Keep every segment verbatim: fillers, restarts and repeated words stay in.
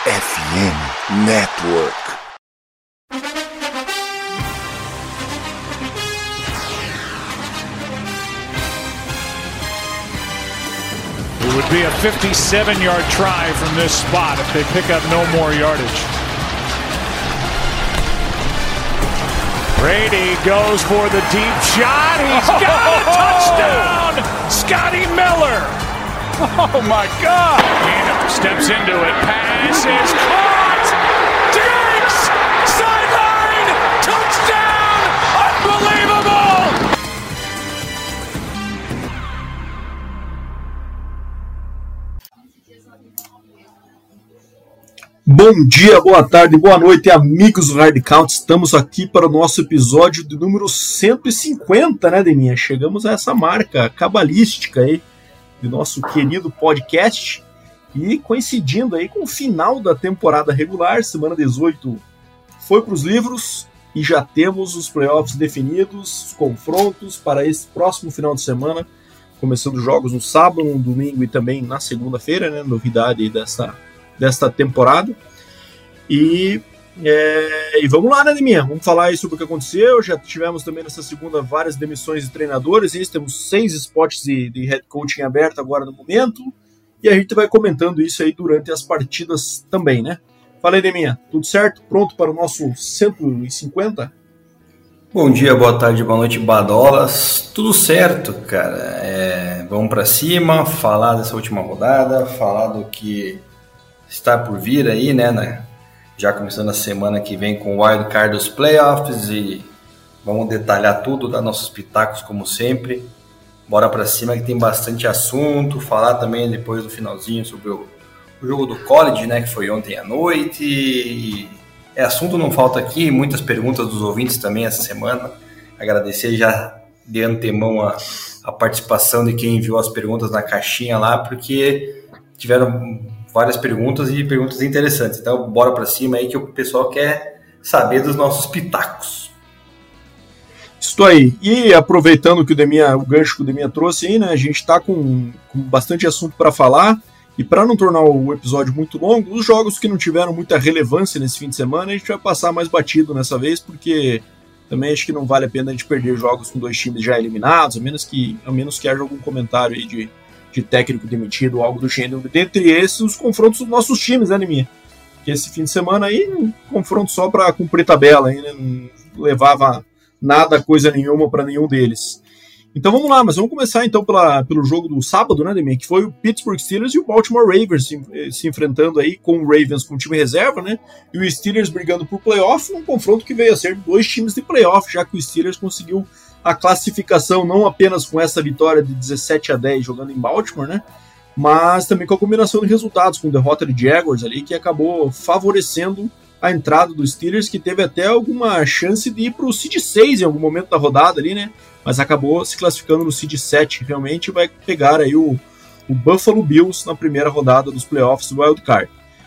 F M Network. It would be a fifty-seven-yard try from this spot if they pick up no more yardage. Brady goes for the deep shot. He's got a touchdown! Scotty Miller! Oh, my God! Keenum steps into it. Pass is caught! Diggs! Sideline! Touchdown! Unbelievable! Bom dia, boa tarde, boa noite, amigos do Hard Count. Estamos aqui para o nosso episódio de número cento e cinquenta, né, Deminha? Chegamos a essa marca cabalística aí do nosso querido podcast e coincidindo aí com o final da temporada regular, semana dezoito foi para os livros e já temos os playoffs definidos, os confrontos para esse próximo final de semana, começando jogos no sábado, no domingo e também na segunda-feira, né, novidade aí dessa desta temporada. E, é, e vamos lá, né, Deminha? Vamos falar aí sobre o que aconteceu. Já tivemos também nessa segunda várias demissões de treinadores. E temos seis spots de, de head coaching aberto agora no momento. E a gente vai comentando isso aí durante as partidas também, né? Fala aí, Deminha. Tudo certo? Pronto para o nosso cento e cinquenta? Bom dia, boa tarde, boa noite, badolas. Tudo certo, cara. É, vamos para cima, falar dessa última rodada, falar do que está por vir aí, né, né? Já começando a semana que vem com o Wild Card dos Playoffs e vamos detalhar tudo, dar nossos pitacos como sempre. Bora pra cima que tem bastante assunto, falar também depois do finalzinho sobre o, o jogo do college, né, que foi ontem à noite. E é assunto, não falta aqui, muitas perguntas dos ouvintes também essa semana. Agradecer já de antemão a, a participação de quem enviou as perguntas na caixinha lá, porque tiveram várias perguntas e perguntas interessantes. Então, bora pra cima aí que o pessoal quer saber dos nossos pitacos. Isso aí. E aproveitando que o, Deminha, o gancho que o Deminha trouxe aí, né? A gente tá com, com bastante assunto para falar. E para não tornar o episódio muito longo, os jogos que não tiveram muita relevância nesse fim de semana, a gente vai passar mais batido nessa vez, porque também acho que não vale a pena a gente perder jogos com dois times já eliminados, a menos que, a menos que haja algum comentário aí de de técnico demitido ou algo do gênero. Dentre esses, os confrontos dos nossos times, né, Deminha? Que esse fim de semana aí, um confronto só para cumprir tabela, aí, né? Não levava nada, coisa nenhuma para nenhum deles. Então vamos lá, mas vamos começar então pela, pelo jogo do sábado, né, Deminha? Que foi o Pittsburgh Steelers e o Baltimore Ravens se, se enfrentando aí com o Ravens com o time reserva, né? E o Steelers brigando por playoff, um confronto que veio a ser dois times de playoff, já que o Steelers conseguiu a classificação não apenas com essa vitória de dezessete a dez jogando em Baltimore, né, mas também com a combinação de resultados, com derrota de Jaguars ali, que acabou favorecendo a entrada dos Steelers, que teve até alguma chance de ir para o seed seis em algum momento da rodada ali, né, mas acabou se classificando no seed sete, realmente vai pegar aí o, o Buffalo Bills na primeira rodada dos playoffs do Wild Card.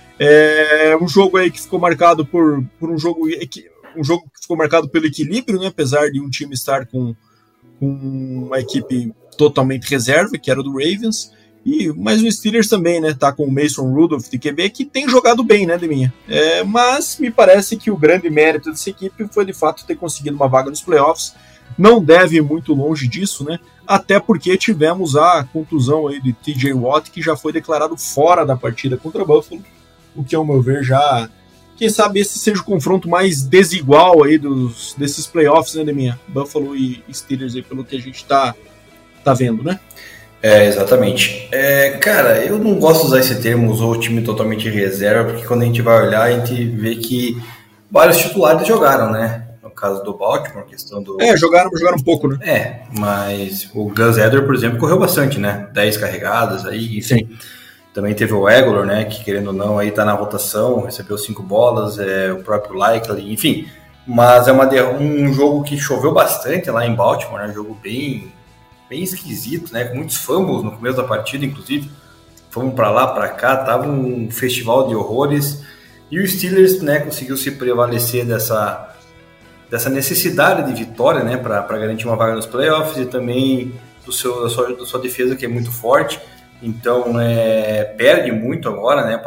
É um jogo aí que ficou marcado por, por um jogo que um jogo que ficou marcado pelo equilíbrio, né? Apesar de um time estar com, com uma equipe totalmente reserva, que era do Ravens, e, mas o Steelers também, né? Tá com o Mason Rudolph de Q B, que tem jogado bem, né, Deminha? É, mas me parece que o grande mérito dessa equipe foi, de fato, ter conseguido uma vaga nos playoffs. Não deve ir muito longe disso, né? Até porque tivemos a contusão aí de T J Watt, que já foi declarado fora da partida contra Buffalo, o que, ao meu ver, já... Quem sabe esse seja o confronto mais desigual aí dos, desses playoffs, né, Deminha? Buffalo e Steelers aí, pelo que a gente tá, tá vendo, né? É, exatamente. É, cara, eu não gosto de usar esse termo, usou o time totalmente reserva, porque quando a gente vai olhar, a gente vê que vários titulares jogaram, né? No caso do Baltimore, questão do... É, jogaram, jogaram um pouco, né? É, mas o Gus Edwards, por exemplo, correu bastante, né? dez carregadas aí, enfim. Sim. Também teve o Aguilar, né, que querendo ou não aí tá na rotação, recebeu cinco bolas, é, o próprio Likely, enfim. Mas é uma, um jogo que choveu bastante lá em Baltimore, né, um jogo bem, bem esquisito, né, com muitos fumbles no começo da partida, inclusive. Fomos para lá, para cá, tava um festival de horrores. E o Steelers, né, conseguiu se prevalecer dessa, dessa necessidade de vitória, né, para garantir uma vaga nos playoffs e também do seu, da, sua, da sua defesa, que é muito forte. Então, é, perde muito agora, né, para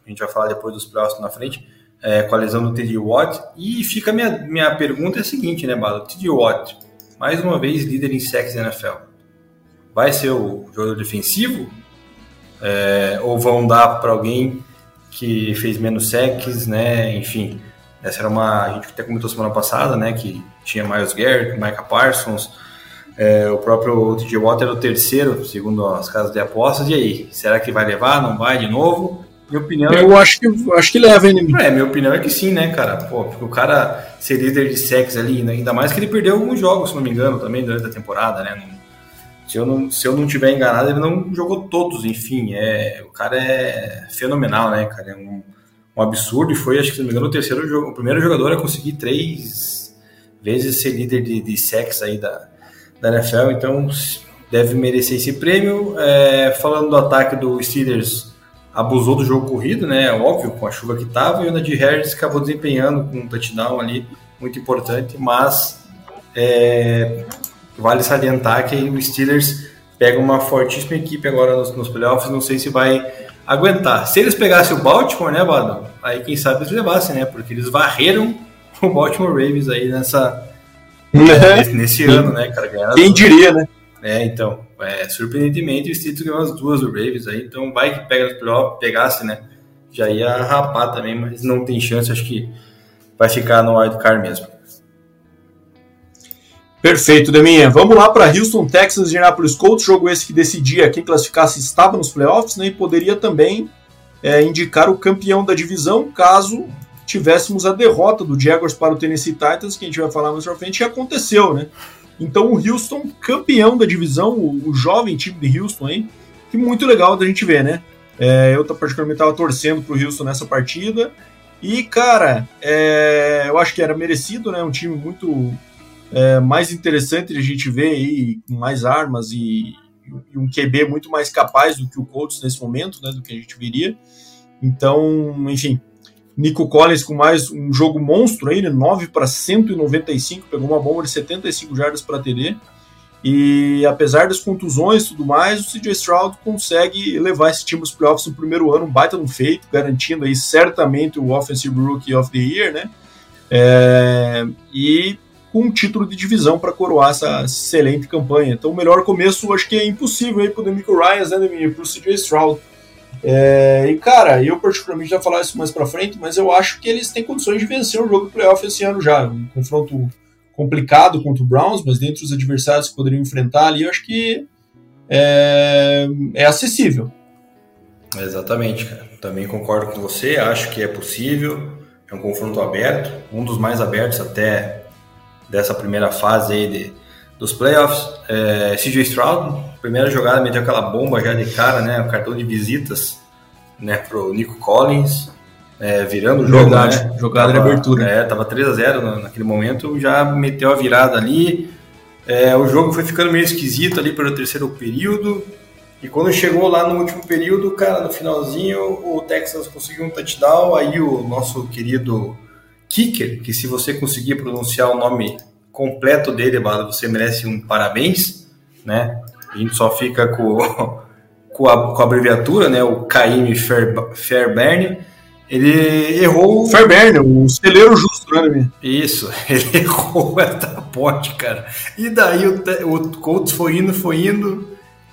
a gente vai falar depois dos playoffs na frente, é, com a lesão do T J Watt. E fica a minha, minha pergunta é a seguinte, né, Bala? O T J Watt, mais uma vez líder em sacks da N F L, vai ser o jogador defensivo? É, ou vão dar para alguém que fez menos sacks, né? Enfim, essa era uma... A gente até comentou semana passada, né, que tinha Myles Garrett, Micah Parsons, é, o próprio T J Watt era o terceiro, segundo as casas de apostas. E aí, será que vai levar? Não vai de novo? Minha opinião Eu é... acho que, acho que leva, hein? É, minha opinião é que sim, né, cara? Pô, porque o cara ser líder de sacks ali, ainda mais que ele perdeu alguns jogos, se não me engano, também durante a temporada, né? Não, se, eu não, se eu não tiver enganado, ele não jogou todos, enfim. É, o cara é fenomenal, né, cara? É um, um absurdo, e foi, acho que se não me engano, o terceiro jogo, o primeiro jogador a conseguir três vezes ser líder de, de sacks aí da, da N F L, então deve merecer esse prêmio. É, falando do ataque do Steelers, abusou do jogo corrido, né? Óbvio, com a chuva que tava, e o Najee Harris acabou desempenhando com um touchdown ali, muito importante, mas é, vale salientar que o Steelers pega uma fortíssima equipe agora nos, nos playoffs, não sei se vai aguentar. Se eles pegassem o Baltimore, né, Bado? Aí quem sabe eles levassem, né? Porque eles varreram o Baltimore Ravens aí nessa, é, nesse, nesse ano, né, cara? Ganharam quem diria, né? É, então, é, surpreendentemente o Steelers ganhou as duas do Ravens aí, então vai que pega no playoff, pegasse, né, já ia rapar também, mas não tem chance, acho que vai ficar no wildcard mesmo. Perfeito, Deminha. Vamos lá para Houston, Texas, Indianapolis Colts, jogo esse que decidia quem classificasse estava nos playoffs, né, e poderia também é, indicar o campeão da divisão, caso tivéssemos a derrota do Jaguars para o Tennessee Titans, que a gente vai falar mais pra frente, e aconteceu, né? Então o Houston, campeão da divisão, o, o jovem time de Houston, hein? Que muito legal da gente ver, né? É, eu particularmente estava torcendo pro Houston nessa partida. E, cara, é, eu acho que era merecido, né? Um time muito é, mais interessante de a gente ver aí, com mais armas e, e um Q B muito mais capaz do que o Colts nesse momento, né? Do que a gente viria. Então, enfim... Nico Collins com mais um jogo monstro aí, né? nove para cento e noventa e cinco, pegou uma bomba de setenta e cinco jardas para T D. E apesar das contusões e tudo mais, o C J Stroud consegue levar esse time aos playoffs no primeiro ano, um baita no feito, garantindo aí certamente o Offensive Rookie of the Year, né? É, e com um título de divisão para coroar essa excelente campanha. Então o melhor começo acho que é impossível aí pro D'Amico Ryans, né, e pro C J Stroud. É, e cara, eu particularmente já vou falar isso mais pra frente, mas eu acho que eles têm condições de vencer o jogo do playoff esse ano já, um confronto complicado contra o Browns, mas dentre os adversários que poderiam enfrentar ali, eu acho que é, é acessível. Exatamente, cara, também concordo com você, acho que é possível, é um confronto aberto, um dos mais abertos até dessa primeira fase aí de, dos playoffs. é, C J Stroud, primeira jogada, meteu aquela bomba já de cara, né? O cartão de visitas, né? Pro Nico Collins, é, virando o jogo, Verdade, né? Jogada tava, de abertura. É, tava três a zero no, naquele momento, já meteu a virada ali. É, o jogo foi ficando meio esquisito ali pelo terceiro período. E quando chegou lá no último período, cara, no finalzinho, o Texans conseguiu um touchdown. Aí o nosso querido kicker, que se você conseguir pronunciar o nome completo dele, você merece um parabéns, né? A gente só fica com, com, a, com a abreviatura, né? O Kaimi Fairbairn. Ele errou... Fairbairn, o celeiro justo, né, Davi? Isso, ele errou essa ponte, cara. E daí o, o Colts foi indo, foi indo,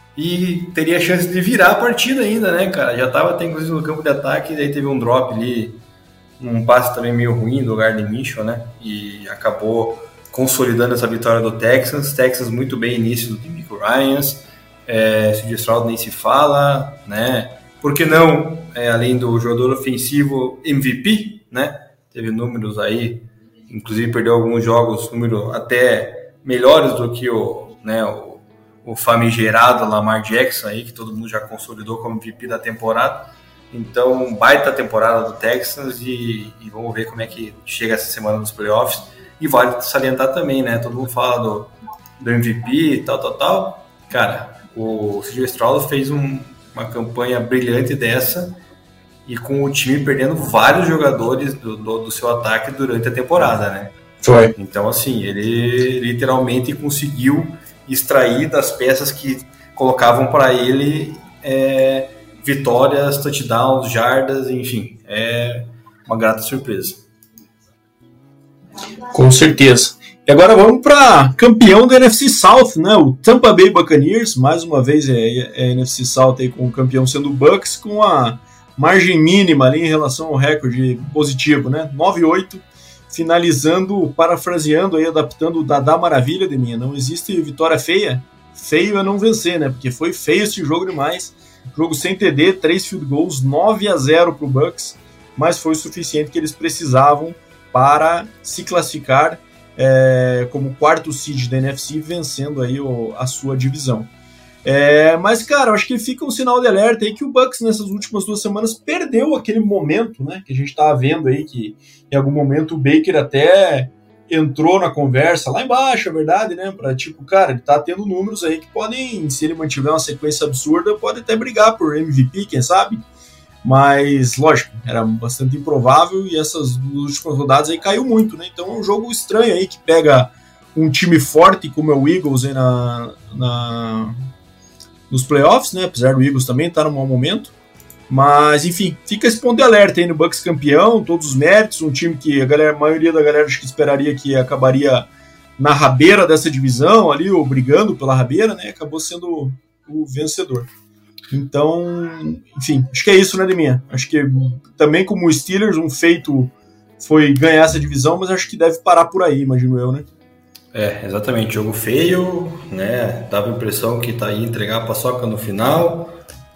e teria chance de virar a partida ainda, né, cara? Já tava até, inclusive, no campo de ataque, e daí teve um drop ali, um passe também meio ruim do Gardner Minshew, né? E acabou consolidando essa vitória do Texans. Texans muito bem início do D'Amico Ryans, é, C J Stroud nem se fala, né? Por que não, é, além do jogador ofensivo M V P, né? Teve números aí, inclusive perdeu alguns jogos, números até melhores do que o, né, o, o famigerado Lamar Jackson aí, que todo mundo já consolidou como M V P da temporada. Então, baita temporada do Texans, e, e vamos ver como é que chega essa semana nos playoffs. E vale salientar também, né? Todo mundo fala do, do M V P e tal, tal, tal. Cara, o C J Stroud fez um, uma campanha brilhante dessa, e com o time perdendo vários jogadores do, do, do seu ataque durante a temporada, né? Foi. Então, assim, ele literalmente conseguiu extrair das peças que colocavam para ele é, vitórias, touchdowns, jardas, enfim, é uma grata surpresa. Com certeza. E agora vamos para campeão da N F C South, né? O Tampa Bay Buccaneers, mais uma vez é, é a N F C South aí com o campeão sendo o Bucs, com a margem mínima ali em relação ao recorde positivo, né? nove a oito, finalizando, parafraseando aí, adaptando o Dadá Maravilha de mim. Não existe vitória feia, feio é não vencer, né? Porque foi feio esse jogo demais. Jogo sem T D, três field goals, nove a zero para o Bucs, mas foi o suficiente que eles precisavam para se classificar é, como quarto seed da N F C, vencendo aí o, a sua divisão. É, mas, cara, eu acho que fica um sinal de alerta aí que o Bucs nessas últimas duas semanas perdeu aquele momento, né, que a gente estava vendo aí, que em algum momento o Baker até entrou na conversa lá embaixo, é verdade, né, para tipo, cara, ele tá tendo números aí que podem, se ele mantiver uma sequência absurda, pode até brigar por M V P, quem sabe? Mas, lógico, era bastante improvável e essas últimas rodadas aí caiu muito, né? Então é um jogo estranho aí que pega um time forte como é o Eagles aí na, na, nos playoffs, né? Apesar do Eagles também estar num mau momento. Mas, enfim, fica esse ponto de alerta aí no Bucs campeão, todos os méritos, um time que a, galera, a maioria da galera acho que esperaria que acabaria na rabeira dessa divisão ali, ou brigando pela rabeira, né? Acabou sendo o vencedor. Então, enfim, acho que é isso, né, Deminha? Acho que também como o Steelers, um feito foi ganhar essa divisão, mas acho que deve parar por aí, imagino eu, né? É, exatamente, jogo feio, né? Dava a impressão que tá aí entregar a paçoca no final.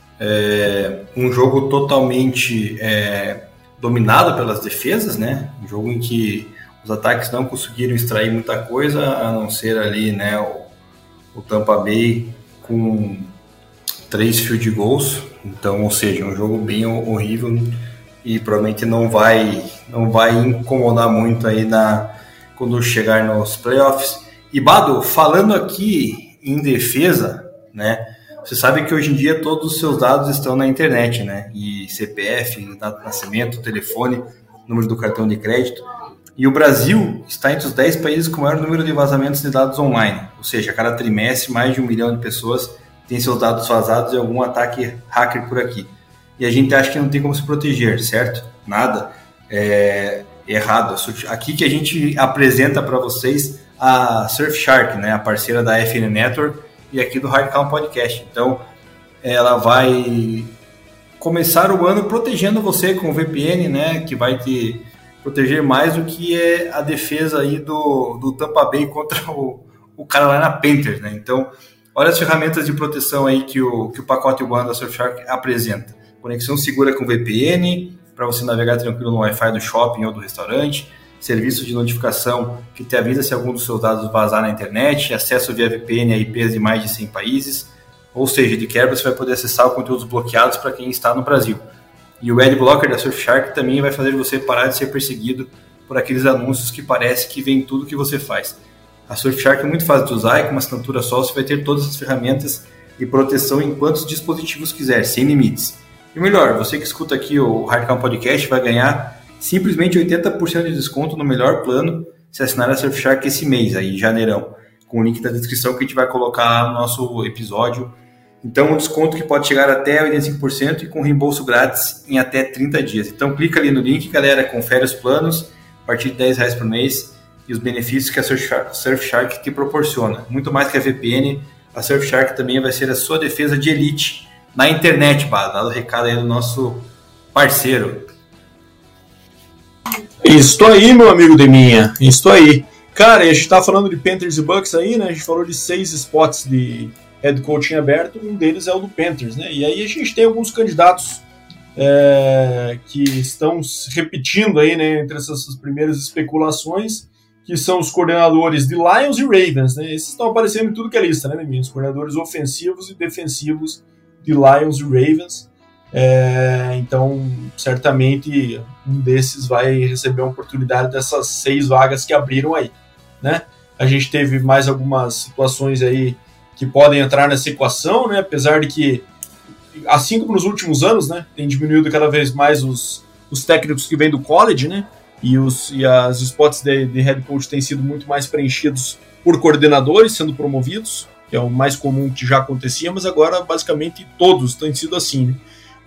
É, um jogo totalmente é, dominado pelas defesas, né? Um jogo em que os ataques não conseguiram extrair muita coisa, a não ser ali, né, o, o Tampa Bay com três field goals, então, ou seja, um jogo bem horrível e provavelmente não vai, não vai incomodar muito aí na, quando chegar nos playoffs. E Bado, falando aqui em defesa, né, você sabe que hoje em dia todos os seus dados estão na internet, né, e C P F, data de nascimento, telefone, número do cartão de crédito, e o Brasil está entre os dez países com o maior número de vazamentos de dados online, ou seja, a cada trimestre mais de um milhão de pessoas tem seus dados vazados e algum ataque hacker por aqui. E a gente acha que não tem como se proteger, certo? Nada. É errado. Aqui que a gente apresenta para vocês a Surfshark, né? A parceira da F N Network e aqui do Hardcount Podcast. Então, ela vai começar o ano protegendo você com o V P N, né? Que vai te proteger mais do que é a defesa aí do, do Tampa Bay contra o, o Carolina Panthers, né? Então, olha as ferramentas de proteção aí que o, que o pacote One da Surfshark apresenta. Conexão segura com V P N, para você navegar tranquilo no Wi-Fi do shopping ou do restaurante, serviço de notificação que te avisa se algum dos seus dados vazar na internet, acesso via V P N a I Ps de mais de cem países, ou seja, de quebra você vai poder acessar os conteúdos bloqueados para quem está no Brasil. E o Adblocker da Surfshark também vai fazer você parar de ser perseguido por aqueles anúncios que parece que vem tudo que você faz. A Surfshark é muito fácil de usar e com uma assinatura só você vai ter todas as ferramentas e proteção em quantos dispositivos quiser, sem limites. E melhor, você que escuta aqui o Hardcount Podcast vai ganhar simplesmente oitenta por cento de desconto no melhor plano se assinar a Surfshark esse mês, aí em janeirão, com o link da descrição que a gente vai colocar lá no nosso episódio. Então, um desconto que pode chegar até oitenta e cinco por cento e com reembolso grátis em até trinta dias. Então, clica ali no link, galera, confere os planos a partir de dez reais por mês e os benefícios que a Surfshark, Surfshark te proporciona. Muito mais que a V P N, a Surfshark também vai ser a sua defesa de elite na internet, bah, dado o recado aí do nosso parceiro. Isso aí, meu amigo Deminha, isso aí. Cara, e a gente tá falando de Panthers e Bucks aí, né? A gente falou de seis spots de head coaching aberto, um deles é o do Panthers, né? E aí a gente tem alguns candidatos é, que estão se repetindo aí, né? Entre essas, essas primeiras especulações, que são os coordenadores de Lions e Ravens, né? Esses estão aparecendo em tudo que é lista, né, Deminha? Os coordenadores ofensivos e defensivos de Lions e Ravens. É, então, certamente, um desses vai receber uma oportunidade dessas seis vagas que abriram aí, né? A gente teve mais algumas situações aí que podem entrar nessa equação, né? Apesar de que, assim como nos últimos anos, né, tem diminuído cada vez mais os, os técnicos que vêm do college, né? E, os, e as spots de, de head coach têm sido muito mais preenchidos por coordenadores sendo promovidos, que é o mais comum que já acontecia, mas agora basicamente todos têm sido assim, né?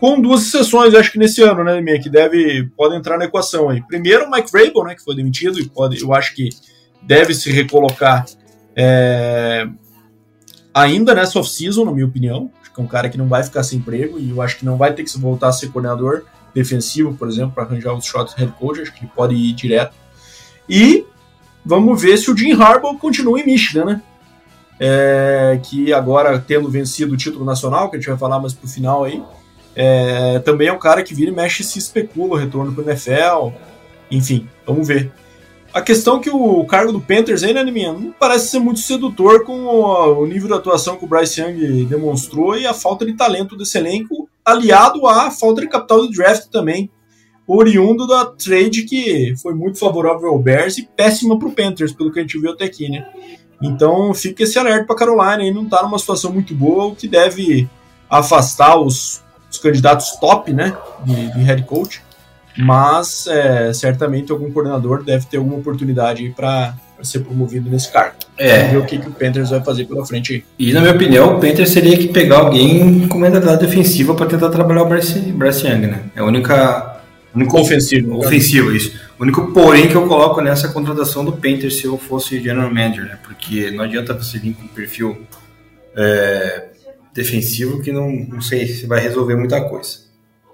com duas exceções, acho que nesse ano, né, Minha, que deve, pode entrar na equação aí. Primeiro, o Mike Vrabel, né, que foi demitido, e pode, eu acho que deve se recolocar é, ainda nessa off-season, na minha opinião. Acho que é um cara que não vai ficar sem emprego, e eu acho que não vai ter que voltar a ser coordenador defensivo, por exemplo, para arranjar os shots head coach, acho que ele pode ir direto. E vamos ver se o Jim Harbaugh continua em Michigan, né? É, que agora, tendo vencido o título nacional, que a gente vai falar mais pro final aí, é, também é um cara que vira e mexe e se especula o retorno pro N F L, enfim, vamos ver. A questão é que o cargo do Panthers aí, né, minha, não parece ser muito sedutor com o, o nível de atuação que o Bryce Young demonstrou e a falta de talento desse elenco, aliado à falta de capital de draft também, oriundo da trade que foi muito favorável ao Bears e péssima pro Panthers, pelo que a gente viu até aqui, né. Então fica esse alerta para Carolina, ele não está numa situação muito boa, o que deve afastar os, os candidatos top, né, de, de head coach, mas é, certamente algum coordenador deve ter alguma oportunidade para ser promovido nesse cargo. É. Vamos ver o que, que o Panthers vai fazer pela frente aí. E na minha opinião, o Panthers seria que pegar alguém com mentalidade defensiva para tentar trabalhar o Bryce, Bryce Young, né? É a única... Único, ofensivo. Ofensivo, isso. O único porém que eu coloco nessa contratação do Panthers se eu fosse general manager, né? Porque não adianta você vir com um perfil é, defensivo que não, não sei se vai resolver muita coisa.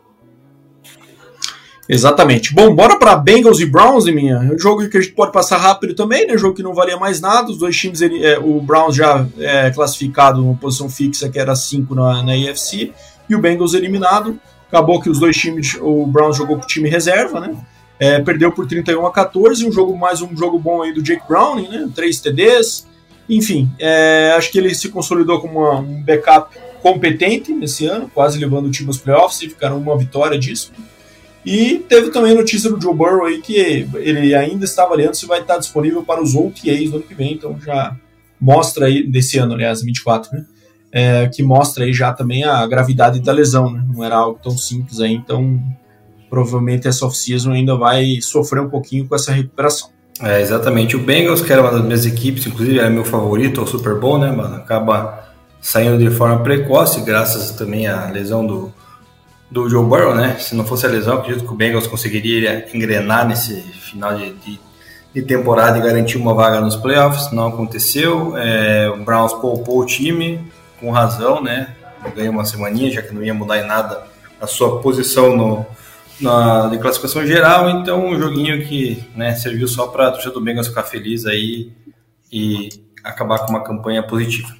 Exatamente. Bom, bora para Bengals e Browns, minha. É um jogo que a gente pode passar rápido também, né? Um jogo que não valia mais nada. Os dois times, ele, é, o Browns já é classificado numa posição fixa, que era cinco na, na A F C, e o Bengals eliminado. Acabou que os dois times, o Browns jogou com o time reserva, né? É, perdeu por trinta e um a catorze, um jogo, mais um jogo bom aí do Jake Browning, né? Três T Ds. Enfim, é, acho que ele se consolidou como uma, um backup competente nesse ano, quase levando o time aos playoffs, e ficaram uma vitória disso. E teve também a notícia do Joe Burrow aí que ele ainda está avaliando se vai estar disponível para os O T As do ano que vem, então já mostra aí, desse ano, aliás, vinte e quatro, né? É, que mostra aí já também a gravidade da lesão, né? Não era algo tão simples aí, então provavelmente essa off-season ainda vai sofrer um pouquinho com essa recuperação. É, exatamente. O Bengals, que era uma das minhas equipes, inclusive era meu favorito ao Super Bowl, né, mano? Acaba saindo de forma precoce, graças também à lesão do, do Joe Burrow, né? Se não fosse a lesão, acredito que o Bengals conseguiria engrenar nesse final de, de, de temporada e garantir uma vaga nos playoffs. Não aconteceu. É, o Browns poupou o time, com razão, né? Ganhou uma semaninha, já que não ia mudar em nada a sua posição no, na de classificação geral, então um joguinho que, né, serviu só para a torcida do Bengals ficar feliz aí e acabar com uma campanha positiva.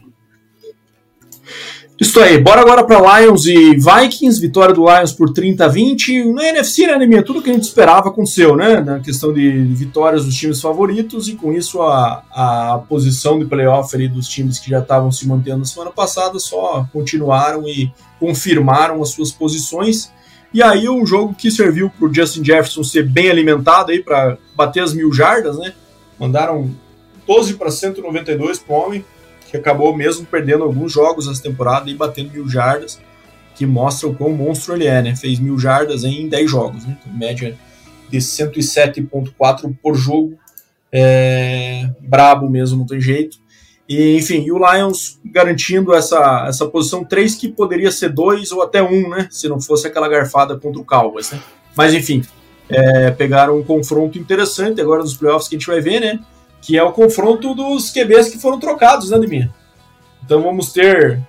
Isso aí, bora agora para Lions e Vikings, vitória do Lions por trinta a vinte, na N F C, né, Neminha? Tudo que a gente esperava aconteceu, né, na questão de vitórias dos times favoritos, e com isso a, a posição de playoff ali dos times que já estavam se mantendo na semana passada só continuaram e confirmaram as suas posições, e aí um jogo que serviu para o Justin Jefferson ser bem alimentado aí para bater as mil jardas, né, mandaram doze para cento e noventa e dois para o homem, que acabou mesmo perdendo alguns jogos nessa temporada e batendo mil jardas, que mostra o quão monstro ele é, né? Fez mil jardas em dez jogos, né? Então, média de cento e sete vírgula quatro por jogo, é... brabo mesmo, não tem jeito. E, enfim, e o Lions garantindo essa, essa posição três, que poderia ser dois ou até um, né? Se não fosse aquela garfada contra o Cowboys, né? Mas, enfim, é... pegaram um confronto interessante agora nos playoffs que a gente vai ver, né? Que é o confronto dos Q Bs que foram trocados, né, Deminha? Então vamos ter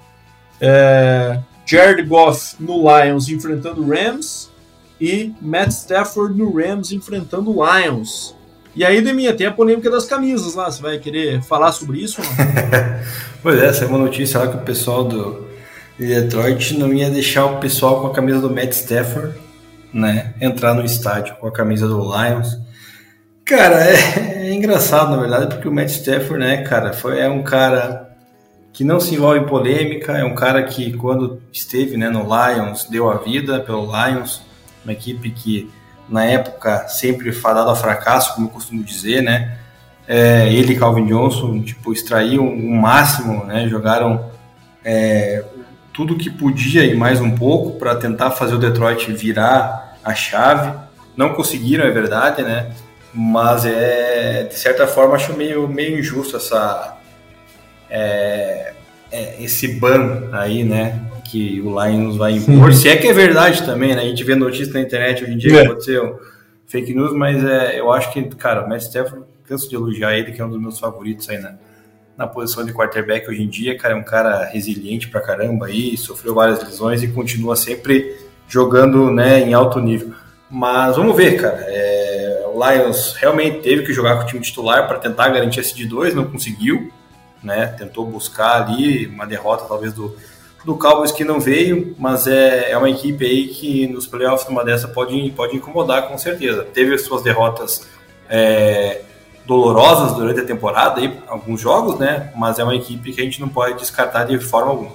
é, Jared Goff no Lions enfrentando o Rams e Matt Stafford no Rams enfrentando o Lions. E aí, Deminha, tem a polêmica das camisas lá, você vai querer falar sobre isso ou não? Pois é, essa é uma notícia lá que o pessoal do Detroit não ia deixar o pessoal com a camisa do Matt Stafford, né, entrar no estádio com a camisa do Lions. Cara, é, é engraçado, na verdade, porque o Matt Stafford, né, cara, foi, é um cara que não se envolve em polêmica, é um cara que, quando esteve, né, no Lions, deu a vida pelo Lions, uma equipe que, na época, sempre fadado a fracasso, como eu costumo dizer, né, é, ele e Calvin Johnson, tipo, extraíam o máximo, né, jogaram é, tudo que podia e mais um pouco para tentar fazer o Detroit virar a chave, não conseguiram, é verdade, né, mas é, de certa forma acho meio, meio injusto essa, é, é, esse ban aí, né, que o Lions vai impor, se é que é verdade também, né? A gente vê notícias na internet hoje em dia é. que pode ser um fake news, mas é, eu acho que, cara, o Matt Stafford, canso de elogiar ele, que é um dos meus favoritos aí na, na posição de quarterback hoje em dia, cara, é um cara resiliente pra caramba aí, sofreu várias lesões e continua sempre jogando, né, em alto nível. Mas vamos ver, cara, é, o Lions realmente teve que jogar com o time titular para tentar garantir a seed dois, não conseguiu, né, tentou buscar ali uma derrota talvez do, do Cowboys que não veio, mas é, é uma equipe aí que nos playoffs numa dessa pode, pode incomodar com certeza. Teve as suas derrotas é, dolorosas durante a temporada, aí, alguns jogos, né, mas é uma equipe que a gente não pode descartar de forma alguma.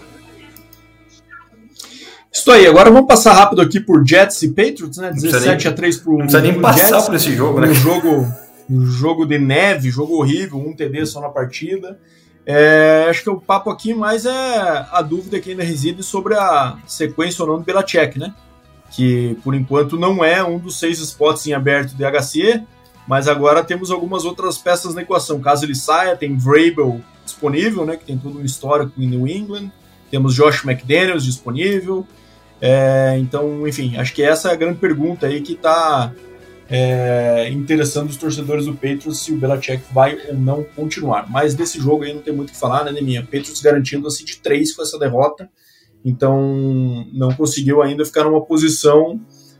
Isso aí, agora vamos passar rápido aqui por Jets e Patriots, né? dezessete a três pro Jets. Não precisa nem passar Jets, por esse jogo, né? Um jogo, um jogo de neve, jogo horrível, um T D só na partida. É, acho que o papo aqui mais é a dúvida que ainda reside sobre a sequência ou não do Belichick, né? Que por enquanto não é um dos seis spots em aberto de H C, mas agora temos algumas outras peças na equação. Caso ele saia, tem Vrabel disponível, né? Que tem todo um histórico em New England. Temos Josh McDaniels disponível. É, então, enfim, acho que essa é a grande pergunta aí que está é, interessando os torcedores do Patriots, se o Belichick vai ou não continuar. Mas desse jogo aí não tem muito o que falar, né, Neminha? Patriots garantindo assim de três com essa derrota, então não conseguiu ainda ficar numa posição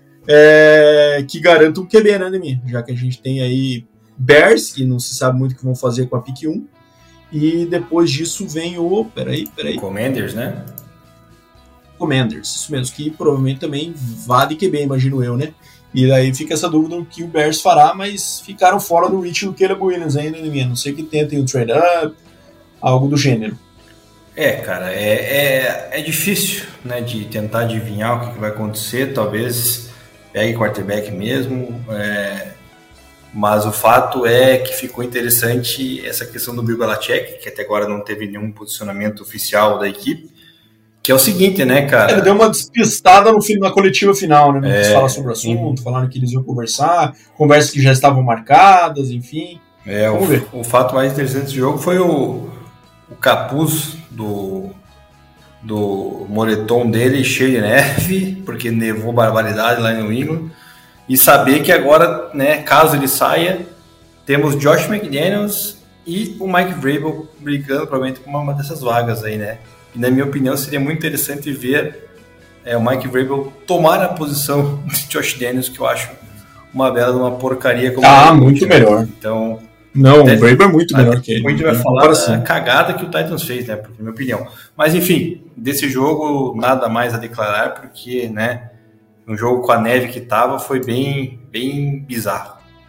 é, que garanta um Q B, né, Neminha? Já que a gente tem aí Bears, que não se sabe muito o que vão fazer com a pick um, e depois disso vem o... Peraí, peraí. Commanders, né? Commanders, isso mesmo, que provavelmente também vá de Q B, imagino eu, né? E daí fica essa dúvida do que o Bears fará, mas ficaram fora do reach do Caleb Williams ainda, né, a não sei que tentem o trade-up, algo do gênero. É, cara, é, é, é difícil, né, de tentar adivinhar o que, que vai acontecer, talvez pegue quarterback mesmo, é, mas o fato é que ficou interessante essa questão do Bill Belichick, que até agora não teve nenhum posicionamento oficial da equipe, que é o seguinte, né, cara... Ele deu uma despistada no fim, na coletiva final, né? Não é, quis falar sobre o assunto, falaram que eles iam conversar, conversas que já estavam marcadas, enfim. É, o, o fato mais interessante desse jogo foi o, o capuz do, do moletom dele cheio de neve, porque nevou barbaridade lá em New England, e saber que agora, né, caso ele saia, temos Josh McDaniels e o Mike Vrabel brigando provavelmente por uma dessas vagas aí, né? E, na minha opinião, seria muito interessante ver é, o Mike Vrabel tomar a posição de Josh Daniels, que eu acho uma bela, uma porcaria. Como ah, ele, muito né? melhor. Então, não, o Vrabel é muito melhor que ele. A gente vai falar da cagada que o Titans fez, né? Porque, na minha opinião. Mas, enfim, desse jogo, nada mais a declarar, porque, né, um jogo com a neve que tava foi bem, bem bizarro.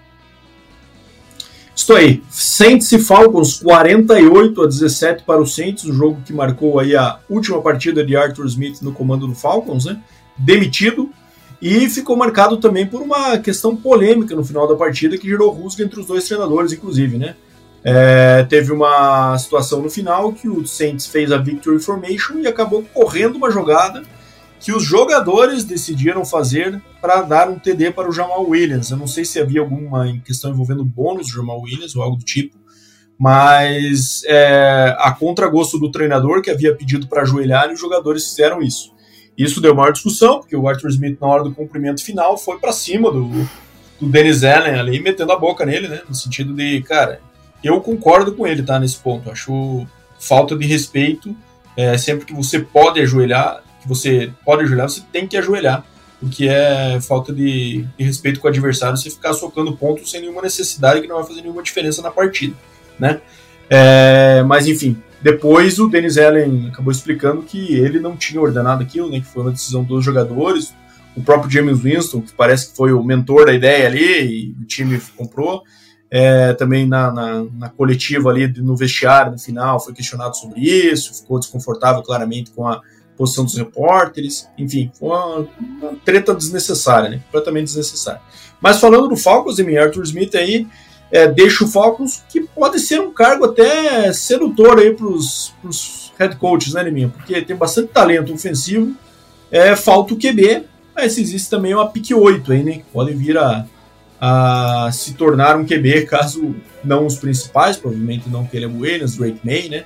Estou aí, Saints e Falcons, quarenta e oito a dezessete para o Saints, o jogo que marcou aí a última partida de Arthur Smith no comando do Falcons, né? Demitido, e ficou marcado também por uma questão polêmica no final da partida que gerou rusga entre os dois treinadores, inclusive, né? É, teve uma situação no final que o Saints fez a Victory Formation e acabou correndo uma jogada que os jogadores decidiram fazer para dar um T D para o Jamal Williams. Eu não sei se havia alguma questão envolvendo bônus do Jamal Williams ou algo do tipo, mas é, a contragosto do treinador, que havia pedido para ajoelhar, e os jogadores fizeram isso. Isso deu maior discussão, porque o Arthur Smith, na hora do cumprimento final, foi para cima do, do Dennis Allen ali, metendo a boca nele, né? No sentido de, cara, eu concordo com ele, tá, nesse ponto. Acho falta de respeito. É, sempre que você pode ajoelhar, que você pode ajoelhar, você tem que ajoelhar, porque é falta de, de respeito com o adversário você ficar socando pontos sem nenhuma necessidade, que não vai fazer nenhuma diferença na partida, né? É, mas enfim, depois o Dennis Allen acabou explicando que ele não tinha ordenado aquilo, né, que foi uma decisão dos jogadores. O próprio James Winston, que parece que foi o mentor da ideia ali, e o time comprou, é, também na, na, na coletiva ali no vestiário no final foi questionado sobre isso, ficou desconfortável claramente com a posição dos repórteres, enfim, foi uma, uma treta desnecessária, né? Completamente desnecessária. Mas falando do Falcons, em Arthur Smith aí, é, deixa o Falcons, que pode ser um cargo até sedutor aí para os head coaches, né, Neminha? Porque tem bastante talento ofensivo, é, falta o Q B, mas existe também uma pick oito aí, né? Que pode vir a, a se tornar um Q B, caso não os principais, provavelmente não Caleb Williams, Drake May, né?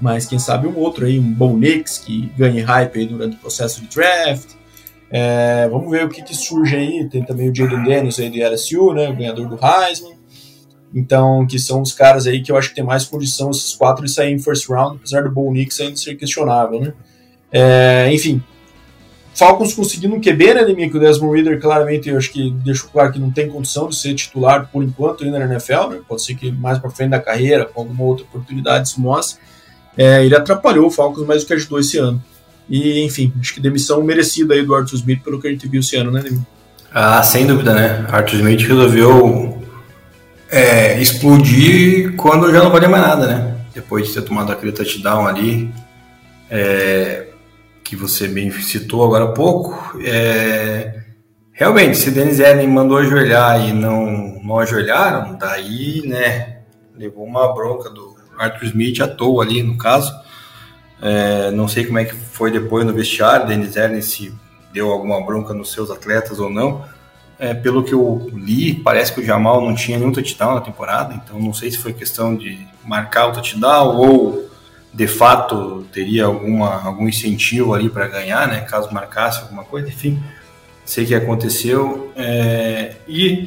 mas quem sabe um outro aí, um Bo Nix, que ganhe hype aí durante o processo de draft. É, vamos ver o que, que surge aí. Tem também o Jaden Daniels aí do L S U, né, o ganhador do Heisman. Então, que são os caras aí que eu acho que tem mais condição, esses quatro, de sair em first round, apesar do Bo Nix ainda ser questionável, né? É, enfim, Falcons conseguindo um Q B, né, Deminha, que o Desmond Ridder claramente, eu acho que deixou claro que não tem condição de ser titular por enquanto ainda na N F L, né? Pode ser que mais pra frente da carreira, com alguma outra oportunidade se mostre. É, ele atrapalhou o Falcons mais do que ajudou esse ano. E, enfim, acho que demissão merecida aí do Arthur Smith pelo que a gente viu esse ano, né, Deminha? Ah, sem dúvida, né? Arthur Smith resolveu É, explodir quando já não valia mais nada, né? Depois de ter tomado aquele touchdown ali, é, que você bem citou agora há pouco, é, realmente, se Dennis Allen mandou ajoelhar e não, não ajoelharam, daí, né, levou uma bronca do Arthur Smith à toa ali, no caso. É, não sei como é que foi depois no vestiário, Dennis Allen se deu alguma bronca nos seus atletas ou não. É, pelo que eu li, parece que o Jamal não tinha nenhum touchdown na temporada, então não sei se foi questão de marcar o touchdown ou, de fato, teria alguma, algum incentivo ali para ganhar, né, caso marcasse alguma coisa, enfim, sei que aconteceu. É, e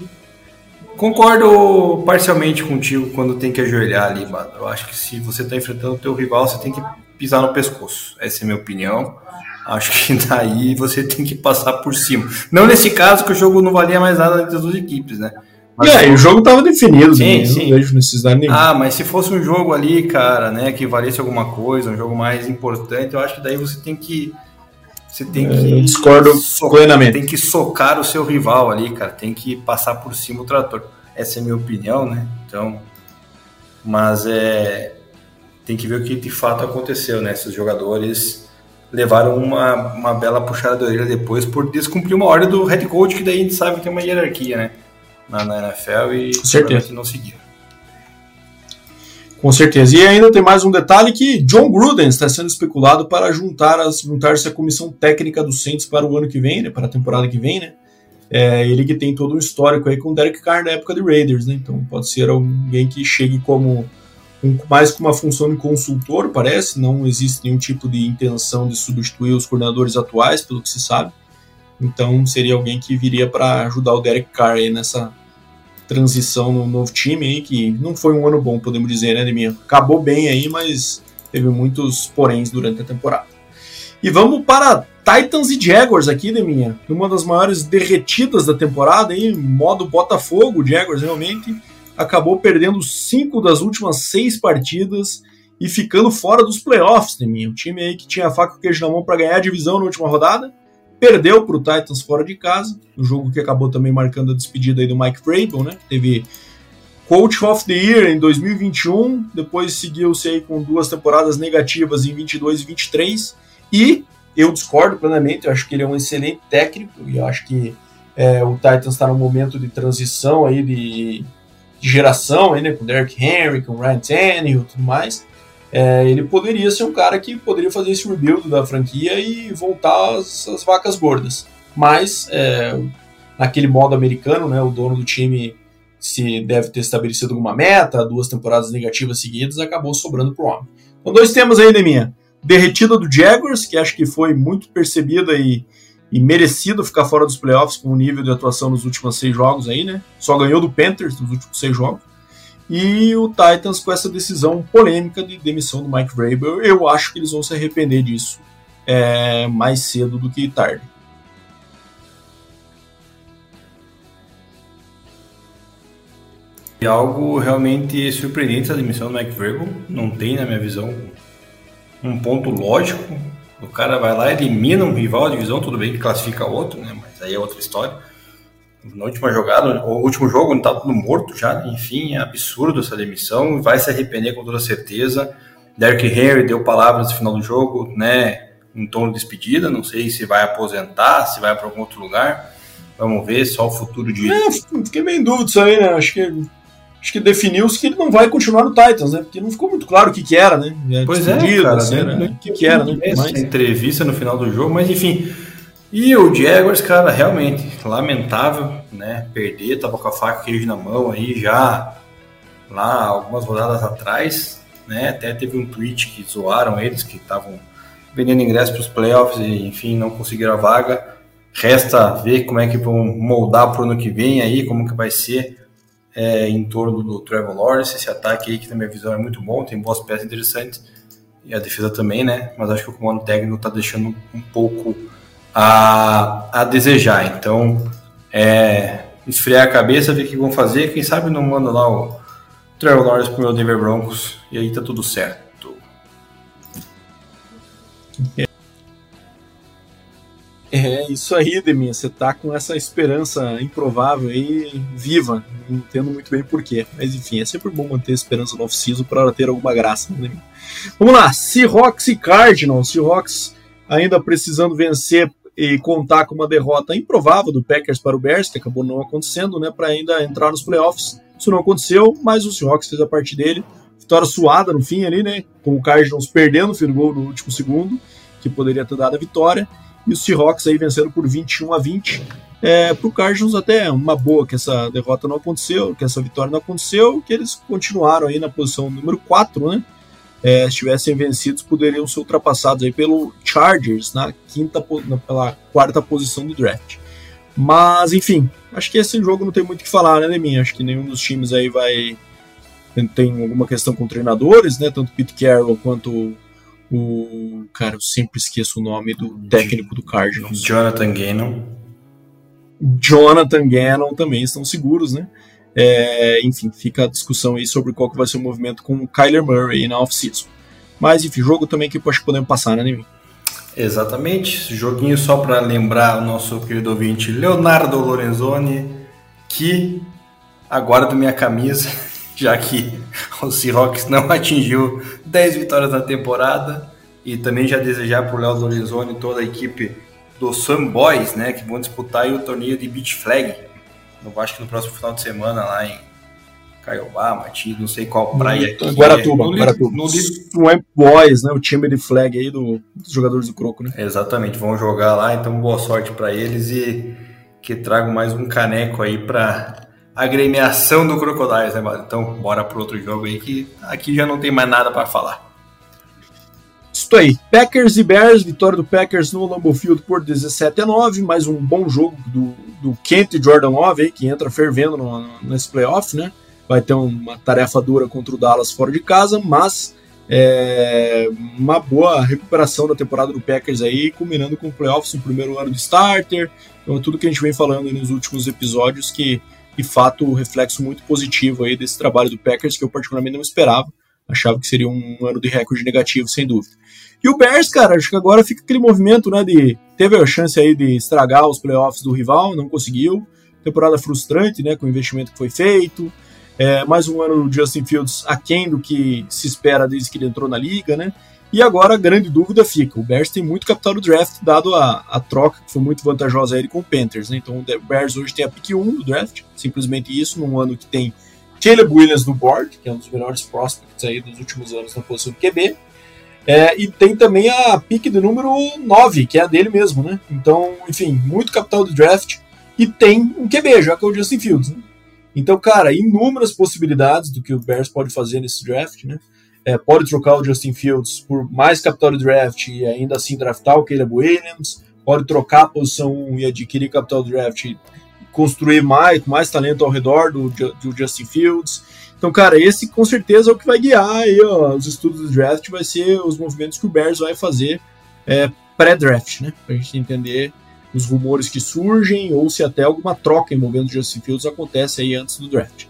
concordo parcialmente contigo quando tem que ajoelhar ali, mano. Eu acho que se você está enfrentando o teu rival, você tem que pisar no pescoço, essa é a minha opinião. Acho que daí você tem que passar por cima. Não nesse caso, que o jogo não valia mais nada entre as duas equipes, né? Mas, e aí, o jogo estava definido, sim, né? Sim. Não vejo necessidade nenhuma. Ah, mas se fosse um jogo ali, cara, né, que valesse alguma coisa, um jogo mais importante, eu acho que daí você tem que... Você tem que... Eu discordo plenamente. Tem que socar o seu rival ali, cara. Tem que passar por cima o trator. Essa é a minha opinião, né? Então... Mas é... Tem que ver o que de fato aconteceu, né? Esses jogadores... levaram uma, uma bela puxada de orelha depois por descumprir uma ordem do head coach, que daí a gente sabe que tem uma hierarquia, né, na, na N F L, e com certeza não seguiram. Com certeza. E ainda tem mais um detalhe, que John Gruden está sendo especulado para juntar as, juntar-se à comissão técnica do Saints para o ano que vem, né, para a temporada que vem, né. É, ele que tem todo um histórico aí com o Derek Carr na época de Raiders, né, então pode ser alguém que chegue como Um, mais com uma função de consultor, parece. Não existe nenhum tipo de intenção de substituir os coordenadores atuais, pelo que se sabe. Então seria alguém que viria para ajudar o Derek Carr aí nessa transição no novo time aí, que não foi um ano bom, podemos dizer, né, Deminha? Acabou bem aí, mas teve muitos poréns durante a temporada. E vamos para Titans e Jaguars aqui, Deminha. Uma das maiores derretidas da temporada aí, modo Botafogo, Jaguars realmente acabou perdendo cinco das últimas seis partidas e ficando fora dos playoffs, né, minha? O time aí que tinha a faca e o queijo na mão para ganhar a divisão na última rodada, perdeu para o Titans fora de casa, um jogo que acabou também marcando a despedida aí do Mike Vrabel, né? Teve Coach of the Year em dois mil e vinte e um, depois seguiu-se aí com duas temporadas negativas em vinte e dois e vinte e três, e eu discordo plenamente, eu acho que ele é um excelente técnico, e eu acho que é, o Titans está num momento de transição aí de... de geração, aí, né, com o Derrick Henry, com o Ryan Tannehill e tudo mais, é, ele poderia ser um cara que poderia fazer esse rebuild da franquia e voltar às, às vacas gordas. Mas, é, naquele modo americano, né, o dono do time se deve ter estabelecido alguma meta, duas temporadas negativas seguidas, acabou sobrando pro homem. Então, dois temas aí, Deminha. Derretida do Jaguars, que acho que foi muito percebida e e merecido ficar fora dos playoffs com o nível de atuação nos últimos seis jogos aí, né? Só ganhou do Panthers nos últimos seis jogos. E o Titans com essa decisão polêmica de demissão do Mike Vrabel. Eu acho que eles vão se arrepender disso é, mais cedo do que tarde. E algo realmente surpreendente essa demissão do Mike Vrabel. Não tem, na minha visão, um ponto lógico. O cara vai lá, elimina um rival de divisão, tudo bem que classifica outro, né? Mas aí é outra história. Na última jogada, o último jogo, não tá tudo morto já, enfim, é absurdo essa demissão, vai se arrepender com toda certeza. Derrick Henry deu palavras no final do jogo, né? Em tom de despedida, não sei se vai aposentar, se vai para algum outro lugar. Vamos ver, só o futuro de... É, fiquei meio em dúvida disso aí, né? Acho que... Acho que definiu-se que ele não vai continuar no Titans, né? Porque não ficou muito claro o que que era, né? É, pois é, cara, assim, né? né? O que que era, né? Essa entrevista no final do jogo, mas enfim. E o Jaguars, cara, realmente lamentável, né? Perder, tava com a faca e queijo na mão aí já lá algumas rodadas atrás. né? Até teve um tweet que zoaram eles, que estavam vendendo ingresso para os playoffs e, enfim, não conseguiram a vaga. Resta ver como é que vão moldar para o ano que vem aí, como que vai ser é, em torno do Trevor Lawrence, esse ataque aí que na minha visão é muito bom, tem boas peças interessantes, e a defesa também, né? Mas acho que o comando técnico está deixando um pouco a, a desejar. Então, é, esfriar a cabeça, ver o que vão fazer. Quem sabe não manda lá o Trevor Lawrence pro meu Denver Broncos e aí tá tudo certo. É isso aí, Deminha. Você tá com essa esperança improvável aí viva. Não entendo muito bem porquê. Mas enfim, é sempre bom manter a esperança no off-season para ter alguma graça, né, Deminha? Vamos lá, Seahawks e Cardinals. Seahawks ainda precisando vencer e contar com uma derrota improvável do Packers para o Bears, que acabou não acontecendo, né, para ainda entrar nos playoffs. Isso não aconteceu, mas o Seahawks fez a parte dele. Vitória suada no fim ali, né, com o Cardinals perdendo o field goal no último segundo, que poderia ter dado a vitória. E os Seahawks aí vencendo por vinte e um a vinte. É, para o Cardinals até uma boa que essa derrota não aconteceu, que essa vitória não aconteceu, que eles continuaram aí na posição número quatro, né? É, se tivessem vencidos, poderiam ser ultrapassados aí pelo Chargers na quinta, na, pela quarta posição do draft. Mas, enfim, acho que esse jogo não tem muito o que falar, né, Deminha? Acho que nenhum dos times aí vai... Tem alguma questão com treinadores, né? Tanto Pete Carroll quanto o... Cara, eu sempre esqueço o nome do técnico do Cardinals. Jonathan Gannon. Jonathan Gannon também estão seguros, né? É, enfim, fica a discussão aí sobre qual que vai ser o movimento com o Kyler Murray na off-season. Mas, enfim, jogo também que acho que podemos passar, né, Nemi? Exatamente. Joguinho só para lembrar o nosso querido ouvinte Leonardo Lorenzoni, que aguardo minha camisa, já que o Seahawks não atingiu dez vitórias na temporada, e também já desejar para o Léo Lorenzoni e toda a equipe do Sun Boys, né, que vão disputar aí o torneio de Beach Flag. Eu acho que no próximo final de semana lá em Caiobá, Mati, não sei qual praia aqui. Guaratuba, é. no, Guaratuba. No, Swamp Boys, né? O time de flag aí do, dos jogadores do Croco, né? Exatamente, vão jogar lá, então boa sorte para eles e que tragam mais um caneco aí para agremiação do Crocodiles, né, mano? Então bora pro outro jogo aí que aqui já não tem mais nada para falar. Isso aí, Packers e Bears, vitória do Packers no Lambeau Field por dezessete a nove, mais um bom jogo do, do Kent e Jordan Love aí, que entra fervendo no, nesse playoff, né? Vai ter uma tarefa dura contra o Dallas fora de casa, mas é, uma boa recuperação da temporada do Packers aí, culminando com o playoffs no primeiro ano de starter. Então, tudo que a gente vem falando aí nos últimos episódios, que de fato um reflexo muito positivo aí desse trabalho do Packers, que eu particularmente não esperava. Achava que seria um ano de recorde negativo, sem dúvida. E o Bears, cara, acho que agora fica aquele movimento, né, de... Teve a chance aí de estragar os playoffs do rival, não conseguiu. Temporada frustrante, né, com o investimento que foi feito. É, mais um ano do Justin Fields aquém do que se espera desde que ele entrou na liga, né? E agora a grande dúvida fica. O Bears tem muito capital do draft, dado a, a troca que foi muito vantajosa a ele com o Panthers, né? Então o Bears hoje tem a pick um do draft, simplesmente isso, num ano que tem Caleb Williams no board, que é um dos melhores prospects aí dos últimos anos na posição de Q B. É, e tem também a pick do número nove, que é a dele mesmo, né? Então, enfim, muito capital do draft. E tem um Q B, já que é o Justin Fields, né? Então, cara, inúmeras possibilidades do que o Bears pode fazer nesse draft, né? É, pode trocar o Justin Fields por mais capital de draft e ainda assim draftar o Caleb Williams. Pode trocar a posição um e adquirir capital de draft e construir mais, mais talento ao redor do, do Justin Fields. Então, cara, esse com certeza é o que vai guiar aí, ó, os estudos do draft, vai ser os movimentos que o Bears vai fazer é, pré-draft, né? Pra gente entender os rumores que surgem ou se até alguma troca envolvendo o Justin Fields acontece aí antes do draft.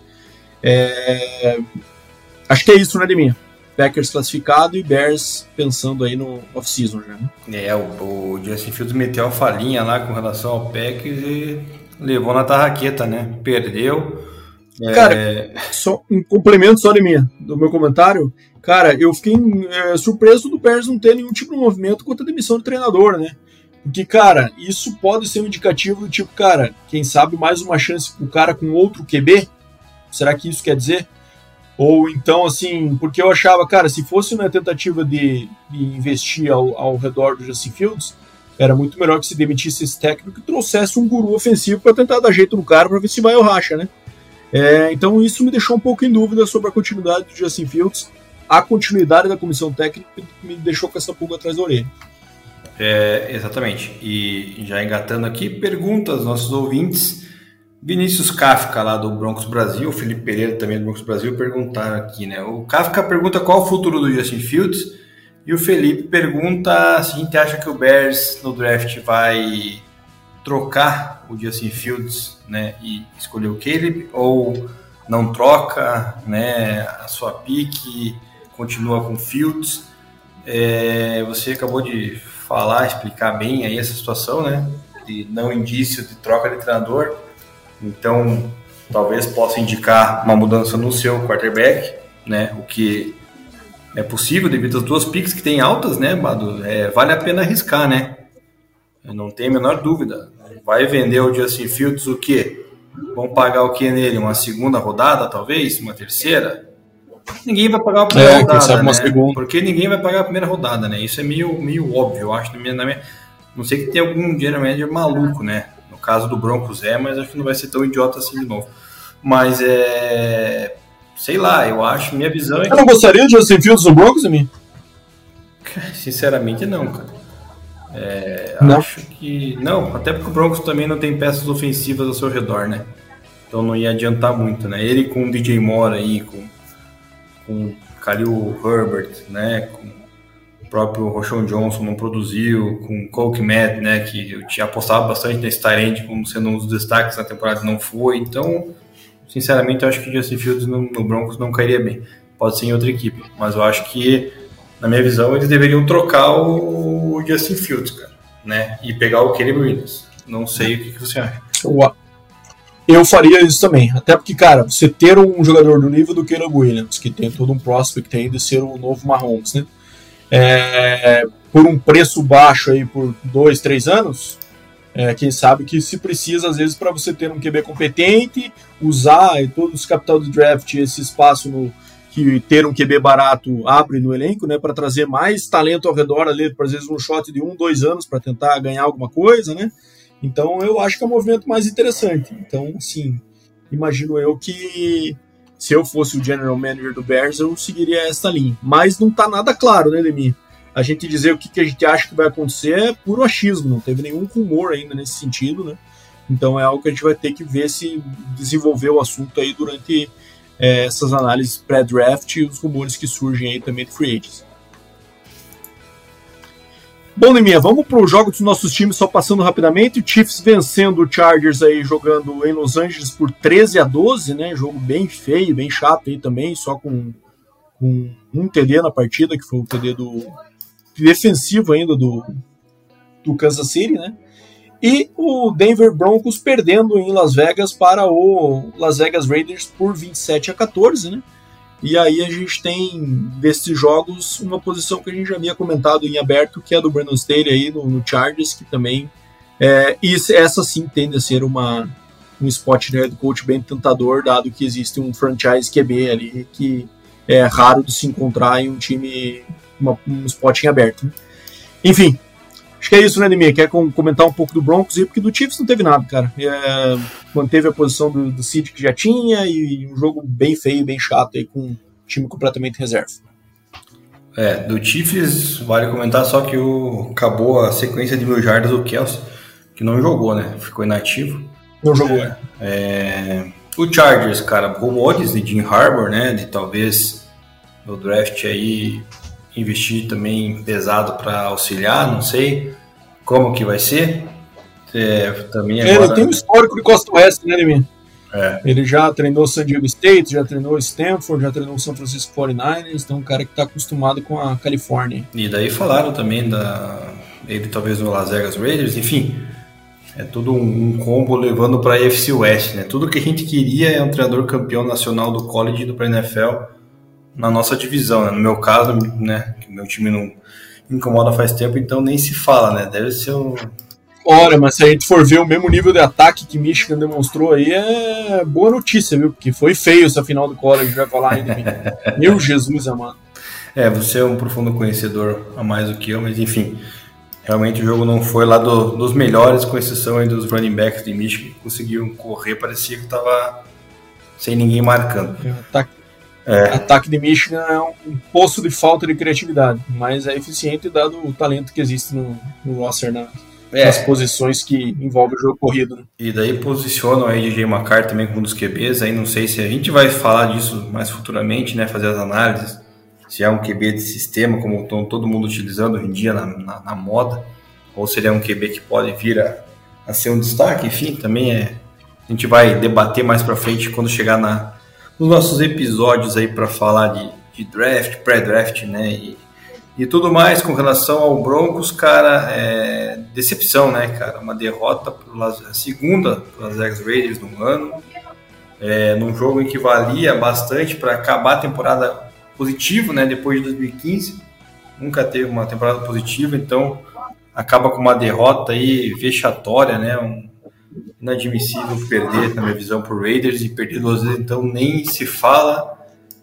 É... Acho que é isso, né, Deminha? Packers classificado e Bears pensando aí no off-season já, né? É, o, o Justin Fields meteu a falinha lá com relação ao Packers e levou na tarraqueta, né? Perdeu. Cara, é... só um complemento só de minha, do meu comentário. Cara, eu fiquei é, surpreso do Bears não ter nenhum tipo de movimento contra a demissão do treinador, né? Porque, cara, isso pode ser um indicativo do tipo, cara, quem sabe mais uma chance pro cara com outro Q B? Será que isso quer dizer? Ou então, assim, porque eu achava, cara, se fosse uma tentativa de, de investir ao, ao redor do Justin Fields, era muito melhor que se demitisse esse técnico e trouxesse um guru ofensivo para tentar dar jeito no cara para ver se vai ou racha, né? É, então isso me deixou um pouco em dúvida sobre a continuidade do Justin Fields. a continuidade da comissão técnica me deixou com essa pulga atrás da orelha. É, exatamente. E já engatando aqui, perguntas aos nossos ouvintes. Vinícius Kafka, lá do Broncos Brasil, o Felipe Pereira também do Broncos Brasil, perguntaram aqui, né? O Kafka pergunta qual o futuro do Justin Fields e o Felipe pergunta se a gente acha que o Bears no draft vai trocar o Justin Fields, né, e escolher o Caleb, ou não troca, né, a sua pique, continua com Fields. É, você acabou de falar, explicar bem aí essa situação, né, de não indício de troca de treinador. Então, talvez possa indicar uma mudança no seu quarterback, né? O que é possível devido às duas picks que tem altas, né, Badu? É, vale a pena arriscar, né? Eu não tenho a menor dúvida. Vai vender o Justin Fields o quê? Vão pagar o que nele? Uma segunda rodada, talvez? Uma terceira? Ninguém vai pagar a primeira é, rodada, sabe, né? Segunda. Porque ninguém vai pagar a primeira rodada, né? Isso é meio, meio óbvio, eu acho. Na minha, na minha... Não sei que tem algum general manager maluco, né? No caso do Broncos é, mas acho que não vai ser tão idiota assim de novo. Mas é... Sei lá, eu acho, minha visão é que... Eu não gostaria de Justin Fields no Broncos, Emi? Sinceramente, não, cara. É, não. Acho que... Não, até porque o Broncos também não tem peças ofensivas ao seu redor, né? Então não ia adiantar muito, né? Ele com o D J Moore aí, com, com o Khalil Herbert, né? Com o próprio Roschon Johnson não produziu, com o Cole Kmet, né? Que eu tinha apostado bastante nesse tight end como sendo um dos destaques na temporada, não foi. Então, sinceramente, eu acho que o Justin Fields no, no Broncos não cairia bem. Pode ser em outra equipe, mas eu acho que, na minha visão, eles deveriam trocar o Justin Fields, cara, né? E pegar o Caleb Williams. Não sei o que, que você acha. Eu faria isso também. Até porque, cara, você ter um jogador do nível do Caleb Williams, que tem todo um prospect aí de ser o novo Mahomes, né? É, por um preço baixo aí por dois, três anos, é, quem sabe que se precisa, às vezes, para você ter um Q B competente, usar e todos os capital de draft, esse espaço no, que ter um Q B barato abre no elenco, né, para trazer mais talento ao redor ali, por às vezes um shot de um, dois anos para tentar ganhar alguma coisa, né? Então eu acho que é um movimento mais interessante. Então, sim, imagino eu que se eu fosse o general manager do Bears, eu seguiria essa linha. Mas não tá nada claro, né, Demi? A gente dizer o que, que a gente acha que vai acontecer é puro achismo, não teve nenhum rumor ainda nesse sentido, né? Então é algo que a gente vai ter que ver se desenvolver o assunto aí durante é, essas análises pré-draft e os rumores que surgem aí também de free agents. Bom, Neminha, vamos para o jogo dos nossos times, só passando rapidamente. O Chiefs vencendo o Chargers aí, jogando em Los Angeles por treze a doze, né? Jogo bem feio, bem chato aí também, só com, com um T D na partida, que foi o T D do defensivo ainda do, do Kansas City, né? E o Denver Broncos perdendo em Las Vegas para o Las Vegas Raiders por vinte e sete a quatorze, né? E aí a gente tem, desses jogos, uma posição que a gente já havia comentado em aberto, que é a do Brandon Staley aí no, no Chargers, que também, é, e essa sim tende a ser uma, um spot de head coach bem tentador, dado que existe um franchise Q B ali, que é raro de se encontrar em um time, uma, um spot em aberto, né? Enfim, acho que é isso, né, Nemir? Quer comentar um pouco do Broncos aí, porque do Chiefs não teve nada, cara. É, manteve a posição do, do City que já tinha e um jogo bem feio, bem chato aí, com um time completamente reserva. É, do Chiefs, vale comentar só que o, acabou a sequência de mil jardas do Kelce, que não jogou, né? Ficou inativo. Não jogou, é. é o Chargers, cara, rumores de Jim Harbaugh, né? De talvez no draft aí investir também pesado para auxiliar, não sei como que vai ser. É, também agora... Ele tem um histórico de Costa Oeste, né, Lemir? É. Ele já treinou San Diego State, já treinou Stanford, já treinou o San Francisco forty-niners, então é um cara que está acostumado com a Califórnia. E daí falaram também da ele talvez no Las Vegas Raiders, enfim, é tudo um, um combo levando para a A F C West, né? Tudo que a gente queria é um treinador campeão nacional do college e do N F L na nossa divisão, né? No meu caso, né, que meu time não incomoda faz tempo, então nem se fala, né? Deve ser um... Olha, mas se a gente for ver o mesmo nível de ataque que Michigan demonstrou aí, é boa notícia, viu? Porque foi feio essa final do college, vai falar ainda. Meu Jesus amado. É, você é um profundo conhecedor a mais do que eu, mas enfim, realmente o jogo não foi lá do, dos melhores, com exceção aí dos running backs de Michigan, que conseguiam correr, parecia que estava sem ninguém marcando. É, ataque, É. O ataque de Michigan é um poço de falta de criatividade, mas é eficiente dado o talento que existe no, no roster, na, é. nas posições que envolvem o jogo corrido. Né? E daí posicionam aí D J McCarthy também como um dos Q Bs, aí não sei se a gente vai falar disso mais futuramente, né, fazer as análises, se é um Q B de sistema, como estão todo mundo utilizando hoje em dia na, na, na moda, ou se ele é um Q B que pode vir a, a ser um destaque, enfim, também é, a gente vai debater mais pra frente quando chegar na nos nossos episódios aí para falar de, de draft, pré-draft, né, e, e tudo mais com relação ao Broncos, cara, é, decepção, né, cara, uma derrota, por Las, a segunda para Las Vegas Raiders no ano, é, num jogo em que valia bastante para acabar a temporada positivo, né, depois de dois mil e quinze, nunca teve uma temporada positiva, então acaba com uma derrota aí vexatória, né, um inadmissível perder, na minha visão, por Raiders, e perder duas vezes, então nem se fala.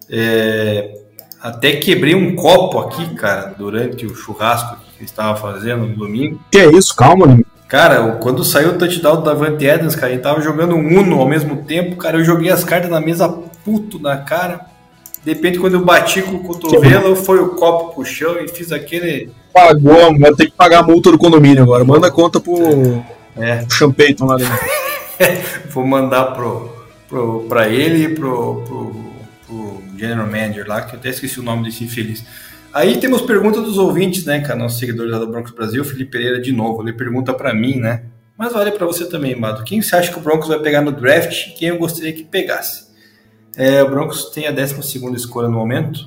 É, até quebrei um copo aqui, cara, durante o churrasco que eu estava fazendo no domingo. Que é isso? Calma, amigo. Cara, quando saiu o touchdown do Davante Adams, cara, a gente tava jogando um Uno ao mesmo tempo, cara, eu joguei as cartas na mesa puto na cara. De repente, quando eu bati com o cotovelo, foi o copo pro chão e fiz aquele... Pagou, vai ter que pagar a multa do condomínio agora. Manda a conta pro... É. O Sean Payton lá dentro. Vou mandar pro, pro, pra ele e pro, pro, pro General Manager lá, que eu até esqueci o nome desse infeliz. Aí temos perguntas dos ouvintes, né, cara? Nosso seguidor lá do Broncos Brasil, Felipe Pereira, de novo. Ele pergunta pra mim, né? Mas vale pra você também, Mato. Quem você acha que o Broncos vai pegar no draft e quem eu gostaria que pegasse? É, o Broncos tem a décima segunda escolha no momento.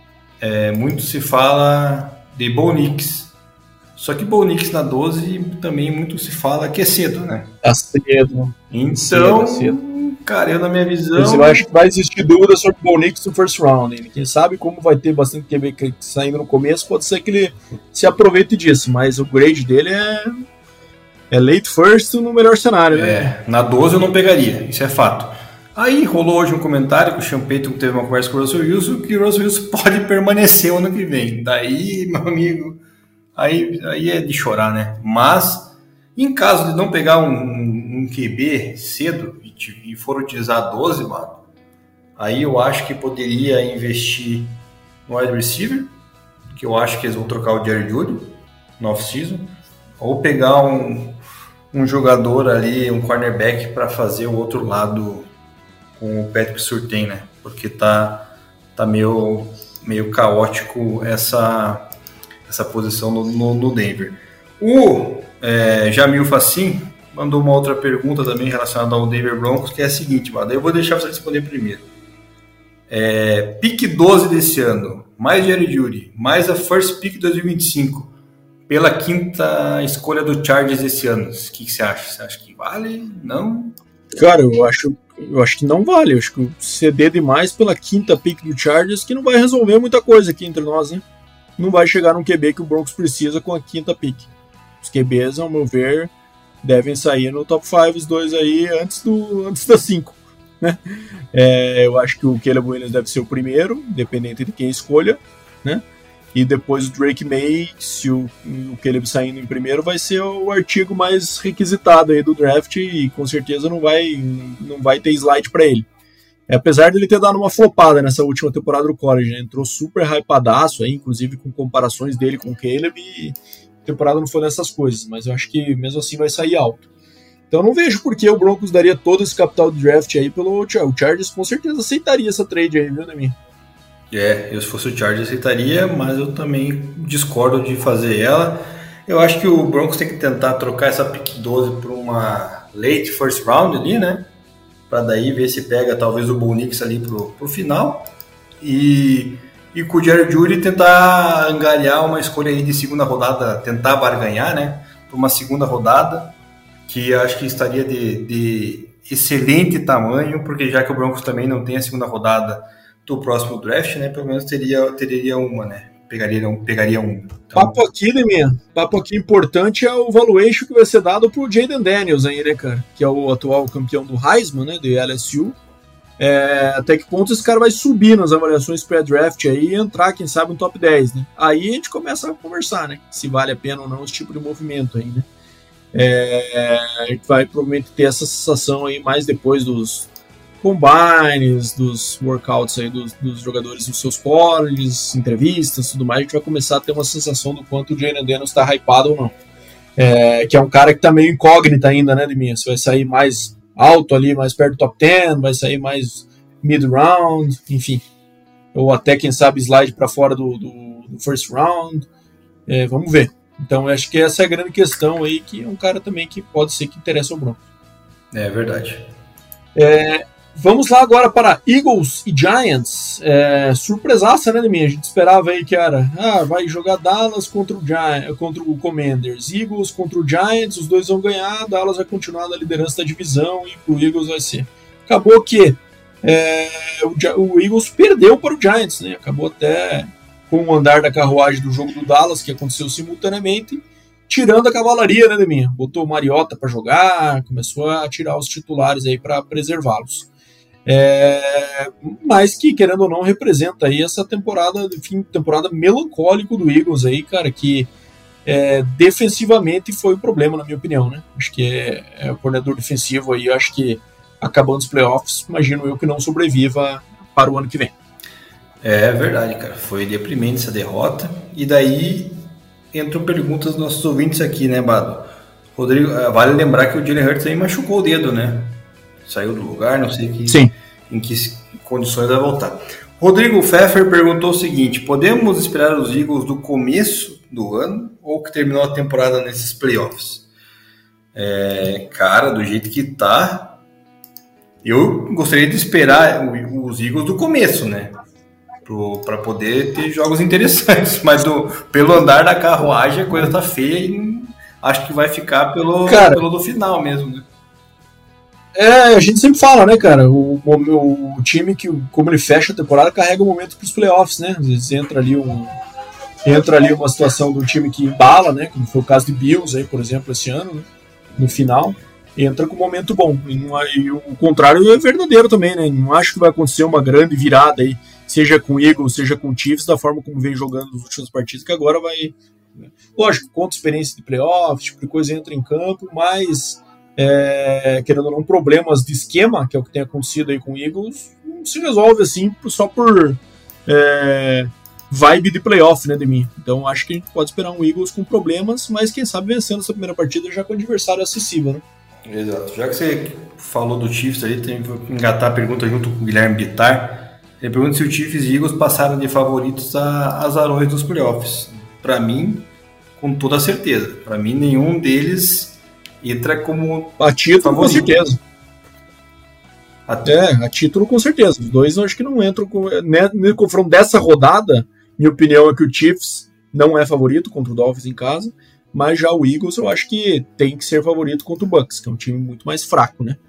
É, muito se fala de Bo Nix. Só que Bo Nix na doze também muito se fala que é cedo, né? É cedo. Então, cedo, cedo. Cara, eu na minha visão... Eu acho que vai existir dúvida sobre Bo Nix no first round. Hein? Quem sabe como vai ter bastante Q B saindo no começo, pode ser que ele se aproveite disso, mas o grade dele é, é late first no melhor cenário, né? É, na doze eu não pegaria, isso é fato. Aí rolou hoje um comentário que o Sean Payton teve uma conversa com o Russell Wilson, que o Russell Wilson pode permanecer o ano que vem. Daí, meu amigo... Aí, aí é de chorar, né? Mas, em caso de não pegar um, um Q B cedo e, e for utilizar doze, mano, aí eu acho que poderia investir no wide receiver, que eu acho que eles vão trocar o Jerry Jeudy no off-season, ou pegar um, um jogador ali, um cornerback, para fazer o outro lado com o Patrick Surtain, né? Porque tá, tá meio, meio caótico essa... essa posição no, no, no Denver. O é, Jamil Facim mandou uma outra pergunta também relacionada ao Denver Broncos, que é a seguinte, mano, eu vou deixar você responder primeiro. É, pick doze desse ano, mais Jerry Jeudy, mais a first pick dois mil e vinte e cinco, pela quinta escolha do Chargers esse ano. O que, que você acha? Você acha que vale? Não? Cara, eu acho, eu acho que não vale. Eu acho que ceder demais pela quinta pick do Chargers, que não vai resolver muita coisa aqui entre nós, hein? Não vai chegar num Q B que o Broncos precisa com a quinta pick. Os Q Bs, ao meu ver, devem sair no top cinco, os dois aí, antes, do, antes das cinco. Né? É, eu acho que o Caleb Williams deve ser o primeiro, independente de quem escolha. Né? E depois o Drake May, se o, o Caleb saindo em primeiro, vai ser o artigo mais requisitado aí do draft e com certeza não vai, não vai ter slide para ele. Apesar de ele ter dado uma flopada nessa última temporada do college, né? Entrou super hypadaço, aí, inclusive com comparações dele com o Caleb, e a temporada não foi nessas coisas, mas eu acho que mesmo assim vai sair alto. Então não vejo por que o Broncos daria todo esse capital de draft aí pelo Chargers. O Chargers com certeza aceitaria essa trade aí, viu, Neminha? É, eu se fosse o Chargers aceitaria, mas eu também discordo de fazer ela. Eu acho que o Broncos tem que tentar trocar essa pick doze por uma late first round ali, né? Para daí ver se pega talvez o Bo Nix ali pro, pro final e, e com o Jerry Jeudy tentar angariar uma escolha aí de segunda rodada, tentar barganhar, né, para uma segunda rodada, que acho que estaria de, de excelente tamanho, porque já que o Broncos também não tem a segunda rodada do próximo draft, né, pelo menos teria, teria uma, né, pegaria, pegaria um. Então... Papo aqui, né, minha? Papo aqui importante é o valuation que vai ser dado pro Jaden Daniels aí, né, cara? Que é o atual campeão do Heisman, né, de L S U. É, até que ponto esse cara vai subir nas avaliações pré-draft aí e entrar, quem sabe, no top dez, né? Aí a gente começa a conversar, né? Se vale a pena ou não esse tipo de movimento aí, né? É, a gente vai provavelmente ter essa sensação aí mais depois dos, combines, dos workouts aí dos, dos jogadores nos seus colleges, entrevistas, tudo mais, a gente vai começar a ter uma sensação do quanto o Jalen Daniels está hypado ou não. É, que é um cara que tá meio incógnito ainda, né, de mim. Se vai sair mais alto ali, mais perto do top dez, vai sair mais mid-round, enfim. Ou até, quem sabe, slide para fora do, do, do first round. É, vamos ver. Então, eu acho que essa é a grande questão aí, que é um cara também que pode ser que interesse ao Broncos. É verdade. É, vamos lá agora para Eagles e Giants. É, surpresaça, né, minha? A gente esperava aí que era, ah, vai jogar Dallas contra o, Giants, contra o Commanders, Eagles contra o Giants, os dois vão ganhar, Dallas vai continuar na liderança da divisão e pro Eagles vai ser. Acabou que é, o, o Eagles perdeu para o Giants, né? Acabou até com o andar da carruagem do jogo do Dallas, que aconteceu simultaneamente, tirando a cavalaria, né, Deminha? Botou o Mariota para jogar, começou a tirar os titulares aí para preservá-los. É, mas que, querendo ou não, representa aí essa temporada, enfim, temporada melancólica do Eagles aí, cara, que é, defensivamente foi o problema, na minha opinião, né? Acho que é, é o coordenador defensivo aí, acho que acabando os playoffs, imagino eu que não sobreviva para o ano que vem. É verdade, cara, foi deprimente essa derrota, e daí entram perguntas dos nossos ouvintes aqui, né, Bado? Rodrigo, vale lembrar que o Jalen Hurts aí machucou o dedo, né? Saiu do lugar, não sei que, Sim. em que condições vai voltar. Rodrigo Pfeffer perguntou o seguinte: podemos esperar os Eagles do começo do ano ou que terminou a temporada nesses playoffs? É, cara, do jeito que tá, eu gostaria de esperar os Eagles do começo, né? Para poder ter jogos interessantes, mas do, pelo andar da carruagem a coisa tá feia e acho que vai ficar pelo, cara, pelo do final mesmo, né? É, a gente sempre fala, né, cara, o, o, o time que, como ele fecha a temporada, carrega o momento para os playoffs, né? Às vezes entra ali, um, entra ali uma situação do time que embala, né? Como foi o caso de Bills aí, por exemplo, esse ano, né, no final, entra com um momento bom. E, não, e o contrário é verdadeiro também, né? Não acho que vai acontecer uma grande virada aí, seja com Eagles, seja com Chiefs, da forma como vem jogando nos últimos partidos, que agora vai... Lógico, conta experiência de playoff, tipo de coisa entra em campo, mas, é, querendo ou não, problemas de esquema, que é o que tem acontecido aí com o Eagles, não se resolve assim só por é, vibe de playoff, né, de mim. Então acho que a gente pode esperar um Eagles com problemas, mas quem sabe vencendo essa primeira partida já com o adversário acessível, né? Exato. Já que você falou do Chiefs aí, tem que engatar a pergunta junto com o Guilherme Bittar. Ele pergunta se o Chiefs e Eagles passaram de favoritos a azarões dos playoffs. Para mim, com toda certeza. Para mim, nenhum deles entra como a título, favorito. Com certeza. Até. É, a título com certeza. Os dois eu acho que não entram com, né, no confronto dessa rodada. Minha opinião é que o Chiefs não é favorito contra o Dolphins em casa, mas já o Eagles eu acho que tem que ser favorito contra o Bucks, que é um time muito mais fraco, né?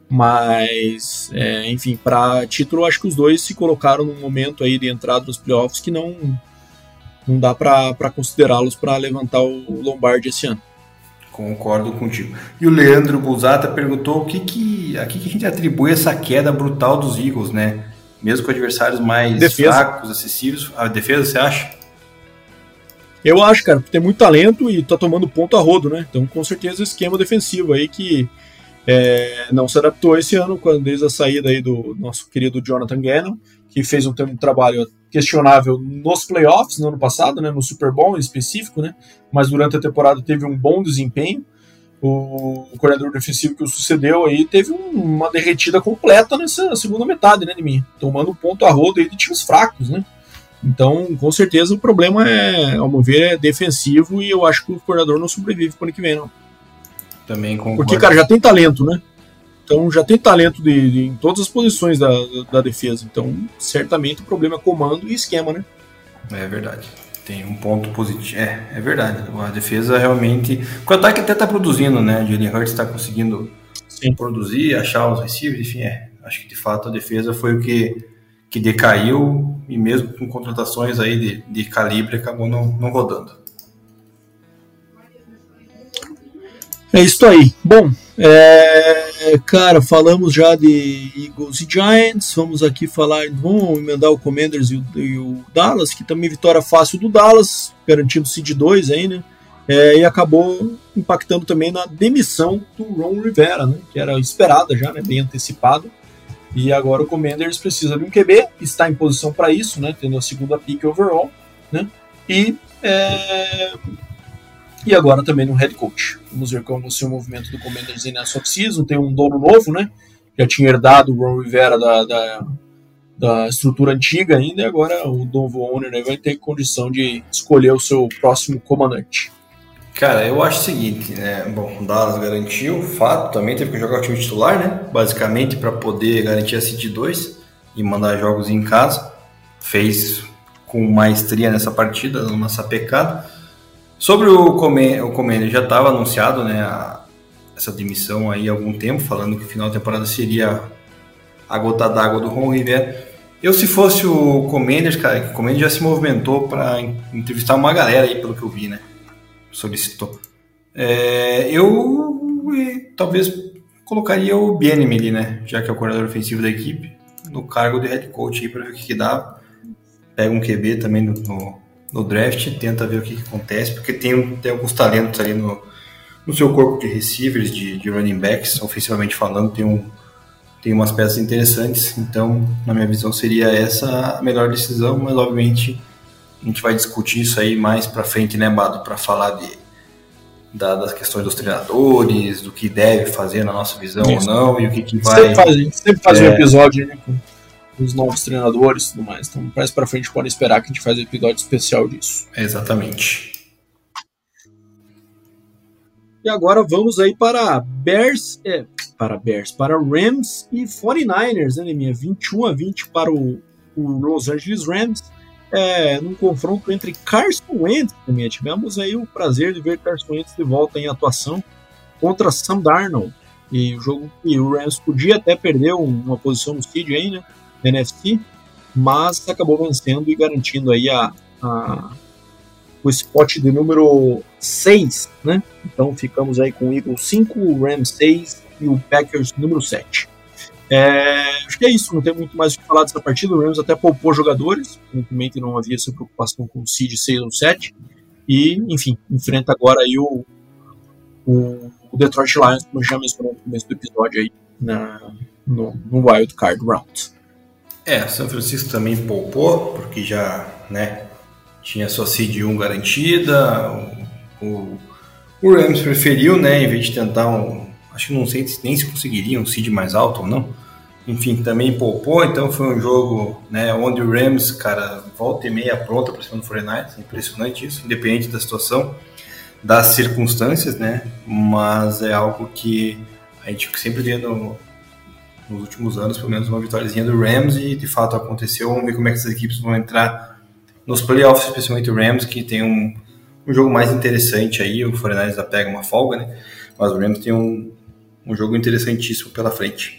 Mas, é, enfim, para título, eu acho que os dois se colocaram num momento aí de entrada nos playoffs que não, não dá para considerá-los para levantar o Lombardi esse ano. Concordo contigo. E o Leandro Busata perguntou o que que, a que, que a gente atribui essa queda brutal dos Eagles, né? Mesmo com adversários mais defesa. fracos, acessíveis. A defesa, você acha? Eu acho, cara, porque tem muito talento e tá tomando ponto a rodo, né? Então, com certeza, o esquema defensivo aí que É, não se adaptou esse ano, quando desde a saída aí do nosso querido Jonathan Gannon, que fez um, um trabalho questionável nos playoffs no ano passado, né, no Super Bowl em específico, né, mas durante a temporada teve um bom desempenho. O, o coordenador defensivo que o sucedeu aí teve um, uma derretida completa nessa segunda metade, né, de mim, tomando ponto a rodo aí de times fracos, né. Então, com certeza, o problema é, ao meu ver, é defensivo, e eu acho que o coordenador não sobrevive para o ano que vem, não. Também concordo. Porque, cara, já tem talento, né? Então já tem talento de, de, em todas as posições da, da, da defesa. Então, certamente o problema é comando e esquema, né? É verdade. Tem um ponto positivo. É, é verdade. A defesa realmente... O ataque até tá produzindo, né? O Jalen Hurts está conseguindo Sim. produzir, achar os receivers, enfim, é. Acho que de fato a defesa foi o que, que decaiu, e mesmo com contratações aí de, de calibre acabou não, não rodando. É isso aí. Bom, é, cara, falamos já de Eagles e Giants, vamos aqui falar, vamos emendar o Commanders e o, e o Dallas, que também vitória fácil do Dallas, garantindo seed dois aí, né? É, e acabou impactando também na demissão do Ron Rivera, né? Que era esperada já, né? Bem antecipado. E agora o Commanders precisa de um Q B, está em posição para isso, né, tendo a segunda pick overall, né, e, é... e agora também no head coach. Vamos ver como vai ser o movimento do Commanders nessa off-season. Tem um dono novo, né, já tinha herdado o Ron Rivera da, da, da estrutura antiga ainda, e agora o novo owner, né, vai ter condição de escolher o seu próximo comandante. Cara, eu acho o seguinte, né? Bom, o Dallas garantiu, fato, também teve que jogar o time titular, né? Basicamente para poder garantir a Seed dois e mandar jogos em casa. Fez com maestria nessa partida, numa sapecada. Sobre o Commander, o Commander já estava anunciado, né? A, essa demissão aí há algum tempo, falando que o final da temporada seria a gota d'água do Ron Rivera. Eu, se fosse o Commander, cara, o Commander já se movimentou para entrevistar uma galera aí, pelo que eu vi, né? Solicitou. É, eu e, talvez colocaria o Bieniemy ali, né? Já que é o coordenador ofensivo da equipe, no cargo de head coach aí para ver o que, que dá. Pega um Q B também no, no, no draft, tenta ver o que, que acontece, porque tem, tem alguns talentos ali no, no seu corpo de receivers, de, de running backs, ofensivamente falando, tem, um, tem umas peças interessantes. Então, na minha visão, seria essa a melhor decisão, mas obviamente a gente vai discutir isso aí mais pra frente, né, Bado? Pra falar de, da, das questões dos treinadores, do que deve fazer na nossa visão isso. ou não, e o que, que vai... Sempre faz, sempre faz é... um episódio, né, com os novos treinadores e tudo mais. Então, mais pra frente, podem esperar que a gente faça um episódio especial disso. Exatamente. E agora vamos aí para Bears, é, para Bears, para Rams e forty-niners, né, minha? vinte e um a vinte para o, o Los Angeles Rams. É, num confronto entre Carson Wentz, também tivemos aí o prazer de ver Carson Wentz de volta em atuação contra Sam Darnold, e o jogo que o Rams podia até perder uma posição no seed aí, né, N F C, mas acabou vencendo e garantindo aí a, a, o spot de número seis, né, então ficamos aí com o Eagles cinco, o Rams seis e o Packers número sete. É, acho que é isso, não tem muito mais o que falar dessa partida. O Rams até poupou jogadores, evidentemente não havia essa preocupação com o seed seis ou sete, e enfim, enfrenta agora aí o, o, o Detroit Lions, como já mencionou no começo do episódio aí, na, no, no Wild Card Round. É, São Francisco também poupou, porque já, né, tinha sua seed um garantida. O, o, o Rams preferiu, né, em vez de tentar um, acho que não sei nem se conseguiria um seed mais alto ou não. Enfim, também poupou, então foi um jogo, né, onde o Rams, cara, volta e meia pronta para cima do forty-niners, impressionante isso, independente da situação, das circunstâncias, né, mas é algo que a gente sempre vê no, nos últimos anos, pelo menos uma vitóriazinha do Rams, e de fato aconteceu. Vamos ver como é que essas equipes vão entrar nos playoffs, especialmente o Rams, que tem um, um jogo mais interessante aí. O forty-niners já pega uma folga, né, mas o Rams tem um Um jogo interessantíssimo pela frente.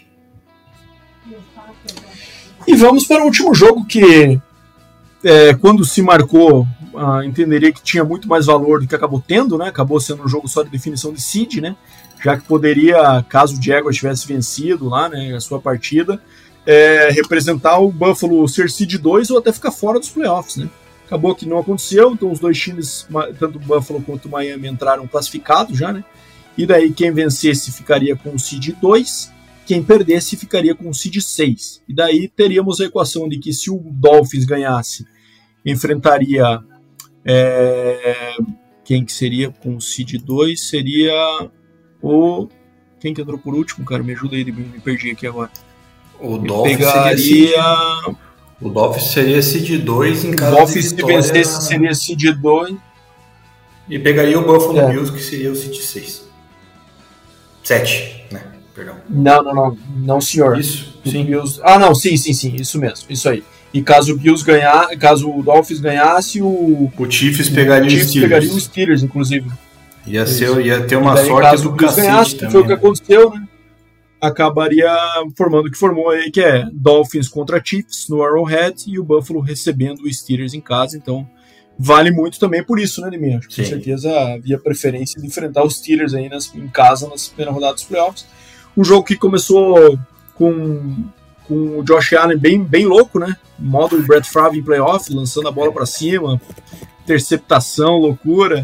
E vamos para o último jogo que, é, quando se marcou, ah, entenderia que tinha muito mais valor do que acabou tendo, né? Acabou sendo um jogo só de definição de seed, né? Já que poderia, caso o Jaguars tivesse vencido lá, né, a sua partida, é, representar o Buffalo ser seed dois ou até ficar fora dos playoffs, né? Acabou que não aconteceu, então os dois times, tanto o Buffalo quanto o Miami, entraram classificados já, né? E daí quem vencesse ficaria com o seed dois, quem perdesse ficaria com o seed seis. E daí teríamos a equação de que se o Dolphins ganhasse, enfrentaria... É, quem que seria com o seed dois? Seria o... Quem que entrou por último, cara? Me ajuda aí, me perdi aqui agora. O Dolphins pegaria... seria... O Dolphins seria seed dois em caso de vitória. O Dolphins, se vitória... vencesse, seria seed dois. E pegaria o Buffalo é. Bills, que seria o seed seis. sete, né? Perdão. Não, não, não. Não, senhor. Isso? O sim. Bills... Ah, não, sim, sim, sim. Isso mesmo. Isso aí. E caso o Bills ganhar, caso o Dolphins ganhasse, o... O Chiefs pegaria o Chiefs Steelers. pegaria o Steelers, inclusive. Ia, ser, ia ter uma daí, sorte caso do o Bills cacete ganhasse, também. que foi o que aconteceu, né? Acabaria formando o que formou aí, que é Dolphins contra Chiefs no Arrowhead e o Buffalo recebendo o Steelers em casa. Então, vale muito também por isso, né, Liminha? Com certeza havia preferência de enfrentar os Steelers aí nas, em casa nas primeiras rodadas dos playoffs. Um jogo que começou com, com o Josh Allen bem, bem louco, né? Modo Brett Favre em playoff, lançando a bola para cima, interceptação, loucura.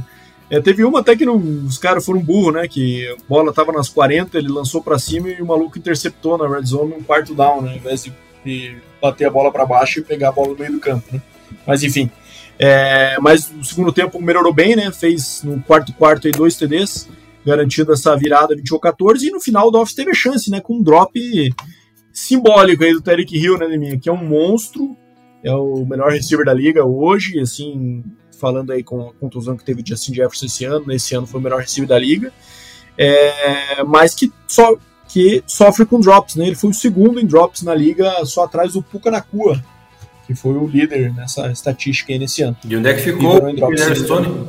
É, teve uma até que não, os caras foram burros, né? Que a bola tava nas quarenta, ele lançou pra cima e o maluco interceptou na red zone num quarto down, né? Ao invés de, de bater a bola pra baixo e pegar a bola no meio do campo, né? Mas enfim. É, mas o segundo tempo melhorou bem, né? Fez no quarto quarto aí dois T Ds, garantindo essa virada vinte e um a quatorze, e no final o Dolphins teve a chance, né? Com um drop simbólico aí do Tyreek Hill, né, Deminha? Que é um monstro, é o melhor receiver da liga hoje, assim, falando aí com a contusão que teve de Justin Jefferson esse ano, nesse ano foi o melhor receiver da liga, é, mas que, so, que sofre com drops, né? Ele foi o segundo em drops na liga, só atrás do Puka Nacua, que foi o líder nessa estatística aí nesse ano. E onde é que ficou o Kadarius Toney?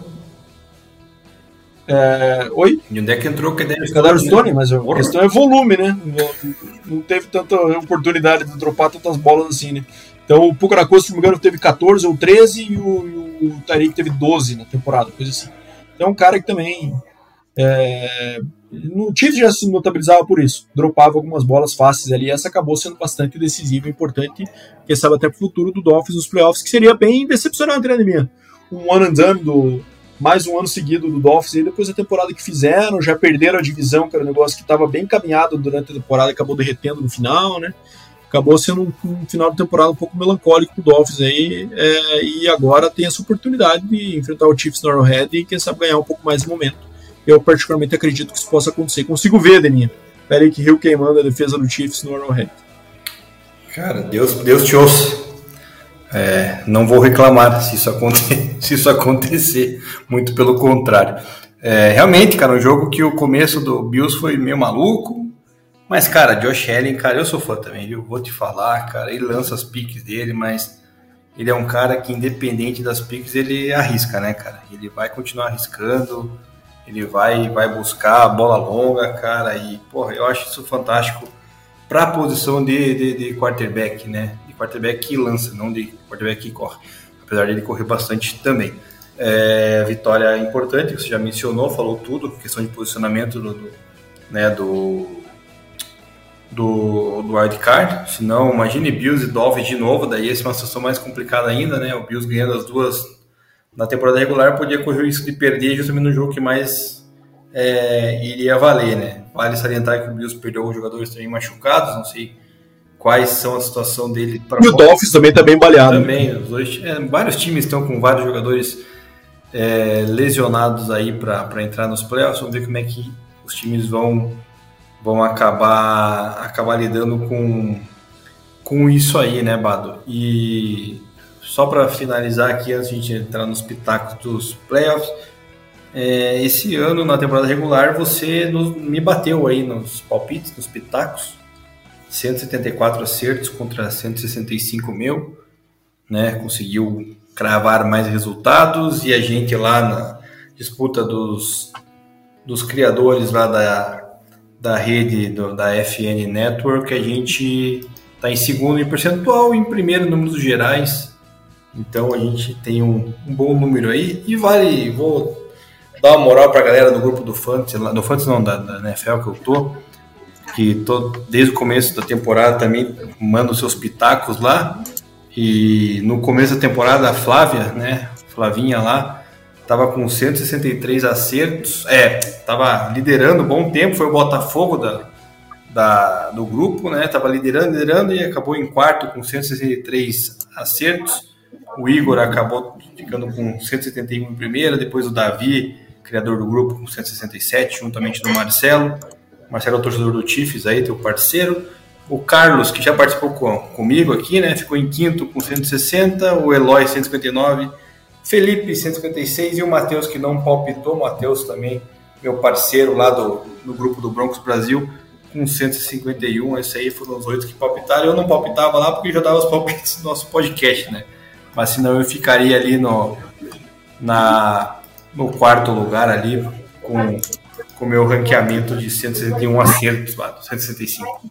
É, oi? E onde é que entrou o Kadarius Toney? Toney, mas a Porra. questão é volume, né? Não teve tanta oportunidade de dropar tantas bolas assim, né? Então o Puka Nacua, se não me engano, teve catorze ou treze e o, o Tyreek teve doze na temporada, coisa assim. Então é um cara que também... É, no Chiefs já se notabilizava por isso, dropava algumas bolas fáceis ali, e essa acabou sendo bastante decisiva e importante, quem sabe até pro futuro do Dolphins nos playoffs, que seria bem decepcionante, né, minha? Um one and done, do, mais um ano seguido do Dolphins, aí depois da temporada que fizeram, já perderam a divisão, que era um negócio que estava bem caminhado durante a temporada, acabou derretendo no final, né? Acabou sendo um, um final de temporada um pouco melancólico pro Dolphins aí, é, e agora tem essa oportunidade de enfrentar o Chiefs no Arrowhead e quem sabe ganhar um pouco mais de momento. Eu particularmente acredito que isso possa acontecer. Consigo ver, Deninha. Tyreek Hill queimando a defesa do Chiefs no Arrowhead. Cara, Deus, Deus te ouça. É, não vou reclamar se isso, acontecer, se isso acontecer. Muito pelo contrário. É, realmente, cara, um jogo que o começo do Bills foi meio maluco. Mas, cara, Josh Allen, cara, eu sou fã também, viu? Vou te falar, cara. Ele lança as piques dele, mas ele é um cara que, independente das piques, ele arrisca, né, cara? Ele vai continuar arriscando. Ele vai, vai buscar a bola longa, cara, e, porra, eu acho isso fantástico para a posição de, de, de quarterback, né? De quarterback que lança, não de quarterback que corre. Apesar de ele correr bastante também. É, vitória importante, você já mencionou, falou tudo, questão de posicionamento do, do, né, do, do, do wildcard. Se não, imagine Bills e Dolphins de novo, daí essa é uma situação mais complicada ainda, né? O Bills ganhando as duas na temporada regular, podia correr o risco de perder justamente no jogo que mais é, iria valer, né? Vale salientar que o Bills perdeu os jogadores também machucados, não sei quais são a situação dele. E o Dolphins também está bem baleado. Também, os dois, é, vários times estão com vários jogadores é, lesionados aí para entrar nos playoffs. Vamos ver como é que os times vão, vão acabar, acabar lidando com, com isso aí, né, Bado? E só para finalizar aqui, antes de a gente entrar nos pitacos dos playoffs, é, esse ano, na temporada regular, você nos, me bateu aí nos palpites, nos pitacos, cento e setenta e quatro acertos contra cento e sessenta e cinco mil, né? Conseguiu cravar mais resultados, e a gente lá na disputa dos, dos criadores lá da, da rede do, da F N Network, a gente está em segundo em percentual e em primeiro em números gerais. Então a gente tem um, um bom número aí, e vale, vou dar uma moral pra galera do grupo do Fantasy, do Fantasy não, da, da N F L que eu tô, que tô desde o começo da temporada também mando seus pitacos lá, e no começo da temporada a Flávia, né, Flavinha lá, tava com cento e sessenta e três acertos, é, tava liderando um bom tempo, foi o Botafogo da, da, do grupo, né, tava liderando, liderando, e acabou em quarto com cento e sessenta e três acertos. O Igor acabou ficando com cento e setenta e um em primeira, depois o Davi, criador do grupo, com cento e sessenta e sete, juntamente do Marcelo. O Marcelo é o torcedor do Chiefs aí, teu parceiro. O Carlos, que já participou com, comigo aqui, né, ficou em quinto com cento e sessenta, o Eloy cento e cinquenta e nove, Felipe cento e cinquenta e seis e o Matheus, que não palpitou, o Matheus também, meu parceiro lá do, do grupo do Broncos Brasil, com cento e cinquenta e um. Esses aí foram os oito que palpitaram. Eu não palpitava lá porque já dava os palpites do nosso podcast, né? Mas senão eu ficaria ali no, na, no quarto lugar ali com o meu ranqueamento de cento e sessenta e um acertos, cento e sessenta e cinco.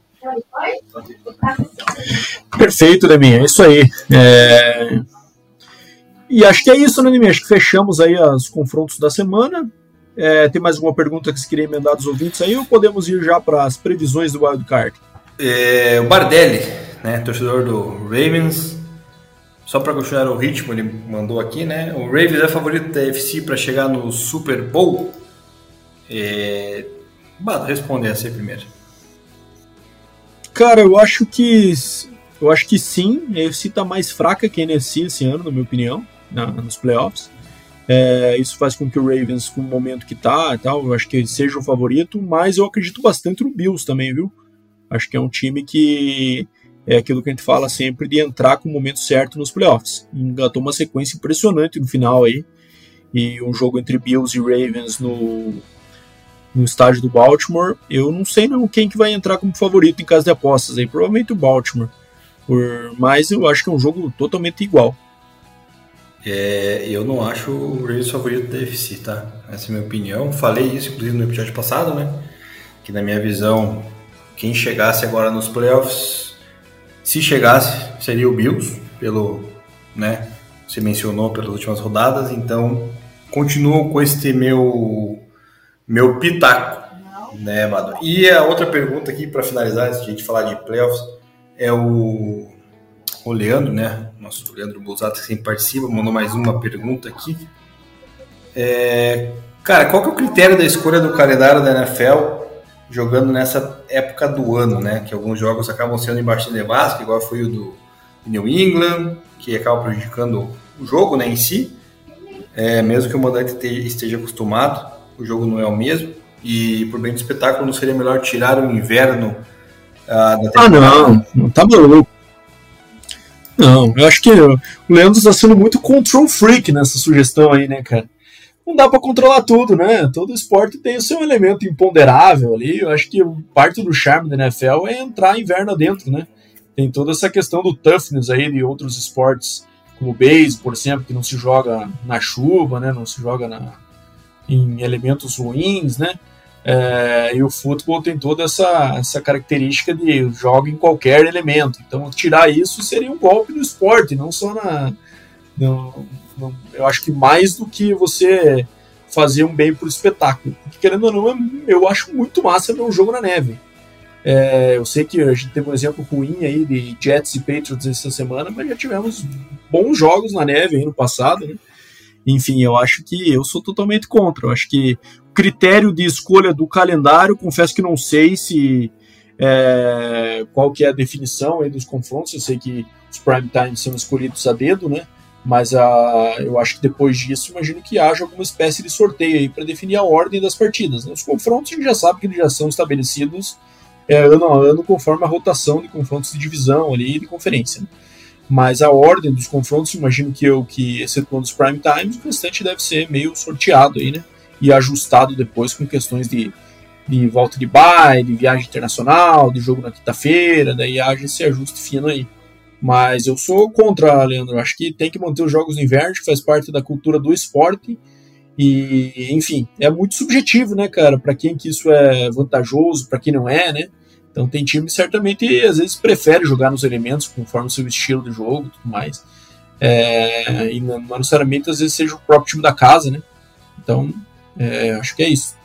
Perfeito, Deminha, é isso aí. É... E acho que é isso, né, Deminha? Acho que fechamos aí os confrontos da semana. É, tem mais alguma pergunta que você queria emendar dos ouvintes aí, ou podemos ir já para as previsões do Wildcard? É, o Bardelli, né, torcedor do Ravens, só para continuar o ritmo, ele mandou aqui, né? O Ravens é favorito da A F C para chegar no Super Bowl? É... Bado, responde essa aí primeiro. Cara, eu acho que eu acho que sim. A A F C tá mais fraca que a N F C esse ano, na minha opinião, na, nos playoffs. É, isso faz com que o Ravens, com o momento que tá e tal, eu acho que seja o favorito, mas eu acredito bastante no Bills também, viu? Acho que é um time que é aquilo que a gente fala sempre de entrar com o momento certo nos playoffs. Engatou uma sequência impressionante no final aí, e um jogo entre Bills e Ravens no, no estádio do Baltimore, eu não sei não quem que vai entrar como favorito em caso de apostas aí, provavelmente o Baltimore, por, mas eu acho que é um jogo totalmente igual. É, eu não acho o Ravens favorito da A F C, tá? Essa é a minha opinião. Falei isso, inclusive, no episódio passado, né? Que na minha visão, quem chegasse agora nos playoffs, se chegasse, seria o Bills, pelo, né? Você mencionou pelas últimas rodadas, então continuo com este meu, meu pitaco, né, Mado? E a outra pergunta aqui, para finalizar, antes de a gente falar de playoffs, é o, o Leandro, né? Nosso Leandro Bolsato, que sempre participa, mandou mais uma pergunta aqui. É, cara, qual que é o critério da escolha do calendário da N F L jogando nessa época do ano, né? Que alguns jogos acabam sendo embaixo de nevasca, igual foi o do New England, que acaba prejudicando o jogo, né, em si. É, mesmo que o mandante esteja acostumado, o jogo não é o mesmo. E por bem do espetáculo, não seria melhor tirar o inverno ah, da temporada? Ah, não, não tá maluco. Não, eu acho que o Leandro está sendo muito control freak nessa sugestão aí, né, cara? Não dá para controlar tudo, né? Todo esporte tem o seu elemento imponderável ali. Eu acho que parte do charme da N F L é entrar inverno dentro, né? Tem toda essa questão do toughness aí de outros esportes, como o beisebol, por exemplo, que não se joga na chuva, né? Não se joga na, em elementos ruins, né? É, e o futebol tem toda essa, essa característica de joga em qualquer elemento. Então, tirar isso seria um golpe no esporte, não só na... No, no, eu acho que mais do que você fazer um bem pro espetáculo. Porque, querendo ou não, eu acho muito massa ver um jogo na neve. É, eu sei que a gente teve um exemplo ruim aí de Jets e Patriots essa semana, mas já tivemos bons jogos na neve aí no passado, né? Enfim, eu acho que eu sou totalmente contra. Eu acho que o critério de escolha do calendário, confesso que não sei se é, qual que é a definição aí dos confrontos. Eu sei que os prime times são escolhidos a dedo, né? Mas a, eu acho que depois disso, imagino que haja alguma espécie de sorteio aí para definir a ordem das partidas, né? Os confrontos a gente já sabe que eles já são estabelecidos é, ano a ano conforme a rotação de confrontos de divisão ali e de conferência, né? Mas a ordem dos confrontos, imagino que eu, que excetuando os prime times, o restante deve ser meio sorteado aí, né? E ajustado depois com questões de, de volta de bye, de viagem internacional, de jogo na quinta-feira, daí haja esse ajuste fino aí. Mas eu sou contra, Leandro. Acho que tem que manter os jogos no inverno, que faz parte da cultura do esporte. E, enfim, é muito subjetivo, né, cara? Para quem que isso é vantajoso, para quem não é, né? Então tem time que certamente, às vezes, prefere jogar nos elementos conforme o seu estilo de jogo e tudo mais. É, e não, não necessariamente, às vezes, seja o próprio time da casa, né? Então, é, acho que é isso.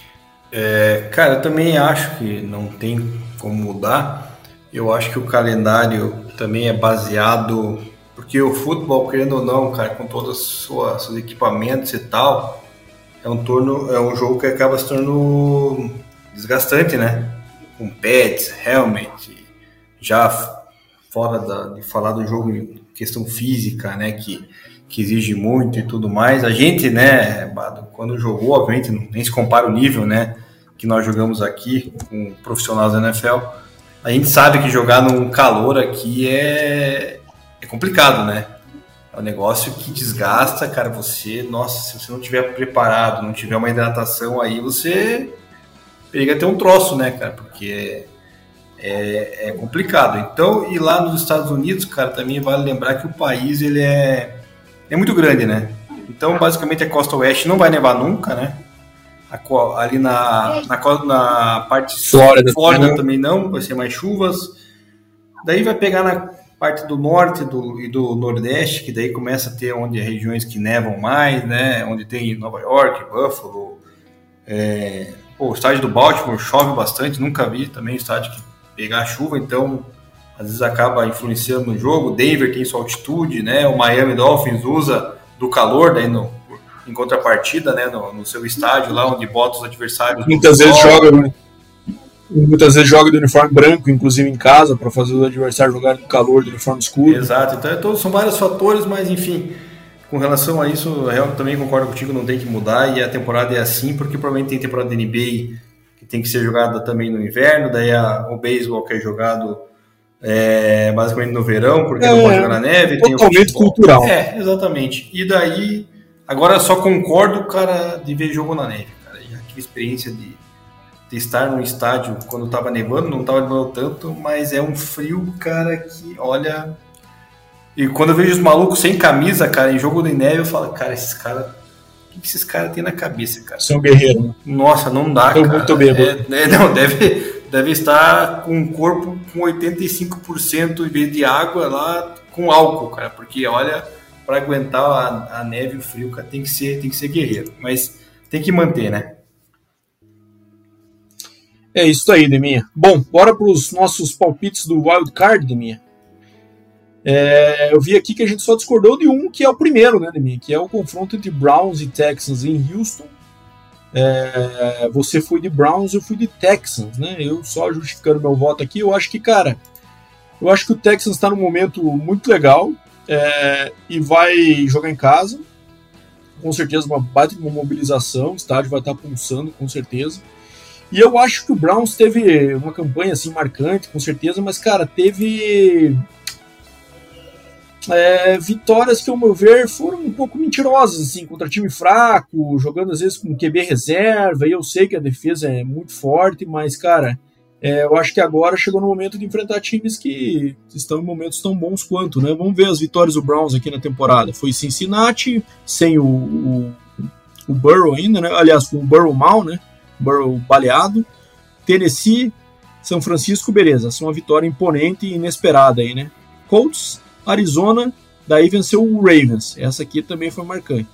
É, cara, eu também acho que não tem como mudar. Eu acho que o calendário também é baseado... Porque o futebol, querendo ou não, cara, com todos os seus equipamentos e tal, é um, torno, é um jogo que acaba se tornando desgastante, né? Com pads, helmet, já fora da, de falar do jogo em questão física, né? Que, que exige muito e tudo mais. A gente, né, Bado, quando jogou, obviamente, nem se compara o nível, né? Que nós jogamos aqui com profissionais da N F L. A gente sabe que jogar num calor aqui é... é complicado, né? É um negócio que desgasta, cara. Você, nossa, se você não tiver preparado, não tiver uma hidratação aí, você periga ter um troço, né, cara? Porque é, é complicado. Então, e lá nos Estados Unidos, cara, também vale lembrar que o país, ele é, é muito grande, né? Então, basicamente, a costa oeste não vai nevar nunca, né? A, ali na, na, na parte Flórida, Flórida também não, vai ser mais chuvas. Daí vai pegar na parte do norte do, e do nordeste, que daí começa a ter onde regiões que nevam mais, né? Onde tem Nova York, Buffalo, é, pô, o estádio do Baltimore chove bastante, nunca vi também estádio que pegar chuva, então às vezes acaba influenciando no jogo. O Denver tem sua altitude, né? O Miami Dolphins usa do calor daí no, em contrapartida, né? No, no seu estádio lá onde bota os adversários. Muitas vezes joga, muitas vezes joga de uniforme branco, inclusive em casa, para fazer os adversários jogarem no calor do uniforme escuro. Exato, então é todo, são vários fatores, mas enfim, com relação a isso, eu também concordo contigo, não tem que mudar, e a temporada é assim, porque provavelmente tem temporada de N B A que tem que ser jogada também no inverno, daí a, o beisebol que é jogado é, basicamente no verão, porque é, não pode jogar na neve. Totalmente tem o cultural. É, exatamente. E daí, agora só concordo, cara, de ver jogo na neve, cara. Já tive experiência de, de estar num estádio quando tava nevando, não tava nevando tanto, mas é um frio, cara, que olha... E quando eu vejo os malucos sem camisa, cara, em jogo de neve, eu falo, cara, esses caras... O que esses caras têm na cabeça, cara? São guerreiros, né? Nossa, não dá, Tô cara. muito bêbado. É, é, não, deve, deve estar com o corpo com oitenta e cinco por cento em vez de água lá com álcool, cara. Porque, olha, para aguentar a, a neve e o frio, cara, tem que ser, tem que ser guerreiro. Mas tem que manter, né? É isso aí, Deminha. Bom, bora para os nossos palpites do Wild Card, Deminha. É, eu vi aqui que a gente só discordou de um, que é o primeiro, né, Deminha? Que é o confronto entre Browns e Texans em Houston. É, você foi de Browns, eu fui de Texans, né? Eu só justificando meu voto aqui, eu acho que, cara, eu acho que o Texans está num momento muito legal é, e vai jogar em casa. Com certeza uma baita uma mobilização, o estádio vai estar pulsando, com certeza. E eu acho que o Browns teve uma campanha assim marcante, com certeza, mas, cara, teve... É, vitórias que, ao meu ver, foram um pouco mentirosas, assim, contra time fraco, jogando às vezes com Q B reserva, e eu sei que a defesa é muito forte, mas, cara, é, eu acho que agora chegou no momento de enfrentar times que estão em momentos tão bons quanto, né? Vamos ver as vitórias do Browns aqui na temporada. Foi Cincinnati, sem o, o, o Burrow ainda, né? Aliás, com o Burrow mal, né? Burrow baleado. Tennessee, São Francisco, beleza, são uma vitória imponente e inesperada aí, né? Colts, Arizona, daí venceu o Ravens. Essa aqui também foi marcante.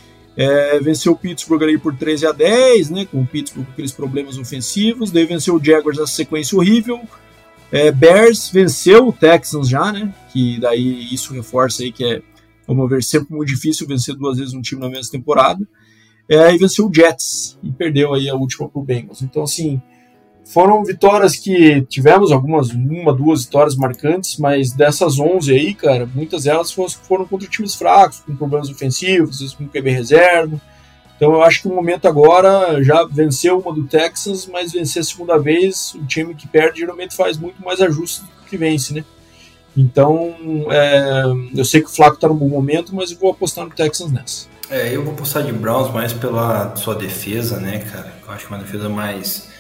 É, venceu o Pittsburgh ali por treze a dez, né, com o Pittsburgh com aqueles problemas ofensivos. Daí venceu o Jaguars essa sequência horrível. É, Bears venceu o Texans já, né, que daí isso reforça aí que é, vamos ver, sempre muito difícil vencer duas vezes um time na mesma temporada. É, e venceu o Jets e perdeu aí a última pro Bengals. Então, assim, foram vitórias que tivemos algumas, uma, duas vitórias marcantes, mas dessas onze aí, cara, muitas delas foram contra times fracos, com problemas ofensivos, às vezes com Q B reserva. Então eu acho que o momento agora já venceu uma do Texans, mas vencer a segunda vez, o time que perde geralmente faz muito mais ajustes do que vence, né? Então, é, eu sei que o Flacco tá num bom momento, mas eu vou apostar no Texans nessa. É, eu vou apostar de Browns mais pela sua defesa, né, cara? Eu acho que uma defesa mais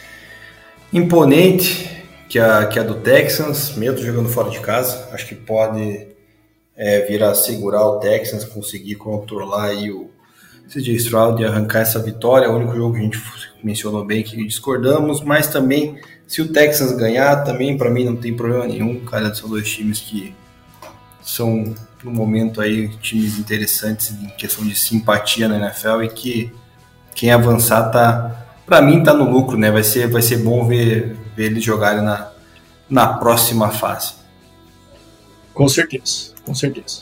imponente que a, que a do Texans, mesmo jogando fora de casa. Acho que pode é, vir a segurar o Texans, conseguir controlar aí o C J Stroud e arrancar essa vitória. É o único jogo que a gente mencionou bem que discordamos, mas também se o Texans ganhar, também para mim não tem problema nenhum, cara. São dois times que são no momento aí times interessantes em questão de simpatia na N F L e que quem avançar tá... Para mim tá no lucro, né? Vai ser, vai ser bom ver, ver eles jogarem na, na próxima fase. Com certeza, com certeza.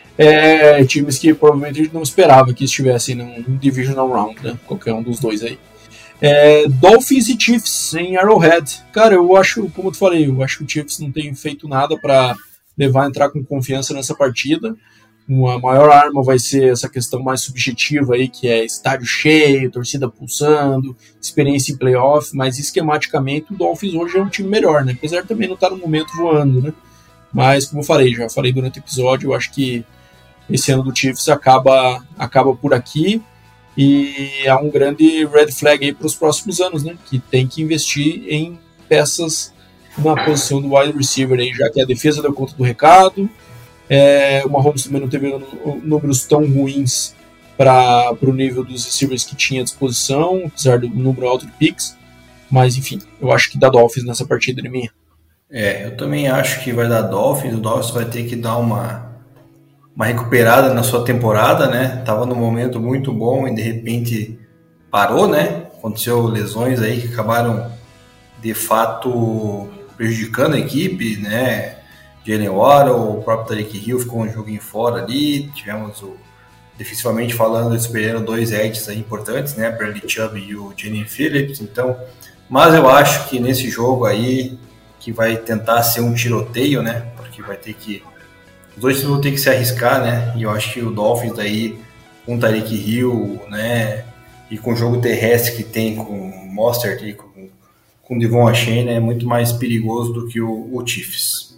É, times que provavelmente a gente não esperava que estivessem num Divisional Round, né? Qualquer um dos dois aí. É, Dolphins e Chiefs em Arrowhead. Cara, eu acho, como eu te falei, eu acho que o Chiefs não tem feito nada para levar a entrar com confiança nessa partida. Uma maior arma vai ser essa questão mais subjetiva aí, que é estádio cheio, torcida pulsando, experiência em playoff, mas esquematicamente o Dolphins hoje é um time melhor, né? Apesar de também não estar no momento voando, né? Mas, como eu falei, já falei durante o episódio, eu acho que esse ano do Chiefs acaba, acaba por aqui e é um grande red flag aí para os próximos anos, né? Que tem que investir em peças na posição do wide receiver aí, já que a defesa deu conta do recado. É, o Mahomes também não teve números tão ruins para o nível dos receivers que tinha à disposição, apesar do número alto de picks. Mas, enfim, eu acho que dá Dolphins nessa partida de minha. É, eu também acho que vai dar Dolphins. O Dolphins vai ter que dar uma, uma recuperada na sua temporada, né? Tava num momento muito bom e de repente parou, né? Aconteceu lesões aí que acabaram de fato prejudicando a equipe, né? Jalen Waddle, o próprio Tyreek Hill ficou um joguinho fora ali, tivemos o, defensivamente falando, eles perderam dois edges aí importantes, né, Bradley Chubb e o Jalen Phillips, então, mas eu acho que nesse jogo aí, que vai tentar ser um tiroteio, né, porque vai ter que, os dois vão ter que se arriscar, né, e eu acho que o Dolphins daí, com o Tyreek Hill, né, e com o jogo terrestre que tem com o Mostert e com, com o Devon Achane, é muito mais perigoso do que o, o Chiefs.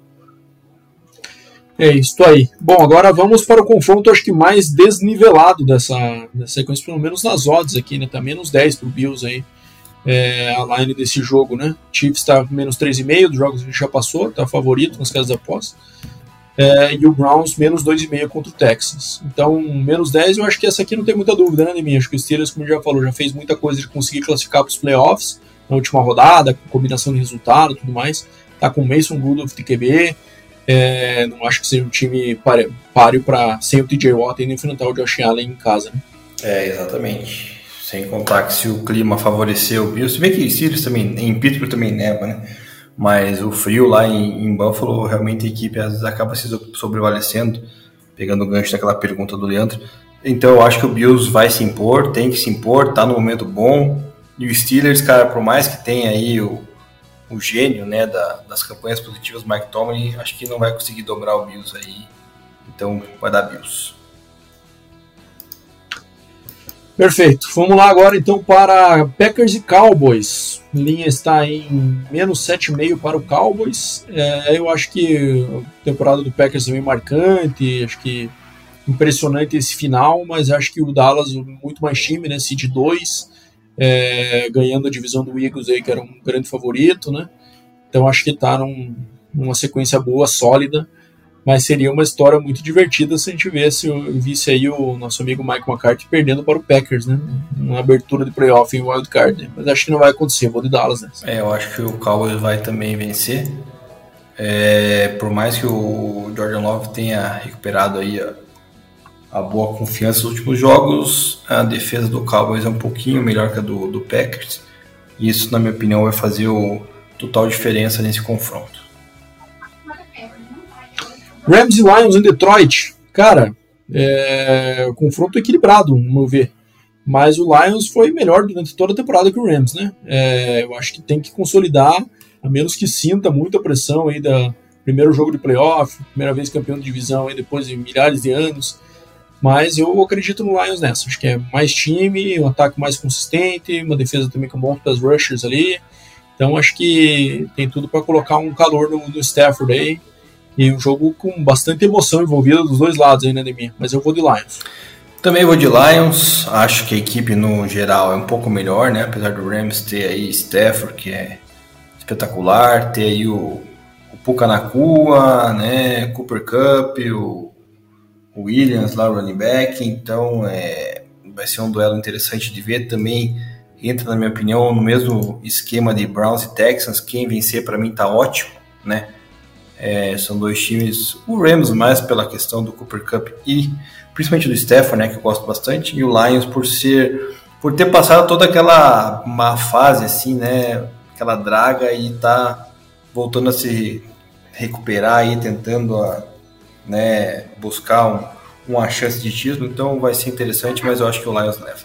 É isso aí. Bom, agora vamos para o confronto, acho que mais desnivelado dessa, dessa sequência, pelo menos nas odds aqui, né? Tá menos dez pro Bills aí, é, a line desse jogo, né? Chiefs tá menos três vírgula cinco dos jogos que a gente já passou, tá favorito nas casas de apostas. É, e o Browns menos dois vírgula cinco contra o Texans. Então, menos dez, eu acho que essa aqui não tem muita dúvida, né, Neminha? Acho que o Steelers, como já falou, já fez muita coisa de conseguir classificar para os playoffs na última rodada, com combinação de resultado e tudo mais. Tá com o Mason Rudolph de Q B. É, não acho que seja um time páreo para sem o T J Watt ainda enfrentar o Josh Allen em casa, né? É, exatamente. Sem contar que se o clima favorecer o Bills, se bem que o Steelers também, em Pittsburgh também neva, né? Mas o frio lá em, em Buffalo, realmente a equipe às vezes acaba se sobrevalecendo, pegando o gancho daquela pergunta do Leandro. Então eu acho que o Bills vai se impor, tem que se impor, tá no momento bom. E o Steelers, cara, por mais que tenha aí o, o gênio, né, da, das campanhas positivas, Mike Tomlin, acho que não vai conseguir dobrar o Bills aí. Então vai dar Bills. Perfeito. Vamos lá agora então para Packers e Cowboys. A linha está em menos sete vírgula cinco para o Cowboys. É, eu acho que a temporada do Packers é bem marcante, acho que impressionante esse final, mas acho que o Dallas muito mais time, né? Seed dois, é, ganhando a divisão do Eagles aí, que era um grande favorito, né? Então acho que está num, numa sequência boa, sólida. Mas seria uma história muito divertida se a gente visse, visse aí o nosso amigo Mike McCarthy perdendo para o Packers, né? Uma abertura de playoff em wildcard, né? Mas acho que não vai acontecer, vou de Dallas, né? É, eu acho que o Cowboys vai também vencer. É, por mais que o Jordan Love tenha recuperado aí a, a boa confiança nos últimos jogos, a defesa do Cowboys é um pouquinho melhor que a do, do Packers. E isso, na minha opinião, vai fazer o total diferença nesse confronto. Rams e Lions em Detroit, cara, é um confronto equilibrado, no meu ver, mas o Lions foi melhor durante toda a temporada que o Rams, né? É, eu acho que tem que consolidar, a menos que sinta muita pressão aí da primeiro jogo de playoff, primeira vez campeão de divisão aí depois de milhares de anos, mas eu acredito no Lions nessa, acho que é mais time, um ataque mais consistente, uma defesa também com bons pass rushers ali, então acho que tem tudo para colocar um calor no, no Stafford aí. E um jogo com bastante emoção envolvida dos dois lados aí, né, Neminha? Mas eu vou de Lions. Também vou de Lions. Acho que a equipe, no geral, é um pouco melhor, né? Apesar do Rams ter aí Stafford, que é espetacular. Ter aí o, o Puka Nacua, né? Cooper Kupp, o, o Williams lá, o running back. Então, é, vai ser um duelo interessante de ver. Também entra, na minha opinião, no mesmo esquema de Browns e Texans. Quem vencer, para mim, tá ótimo, né? É, são dois times, o Rams mais pela questão do Cooper Kupp e principalmente do Stafford, né, que eu gosto bastante, e o Lions por ser, por ter passado toda aquela má fase assim, né, aquela draga e tá voltando a se recuperar e tentando a, né, buscar um, uma chance de título, então vai ser interessante, mas eu acho que o Lions leva.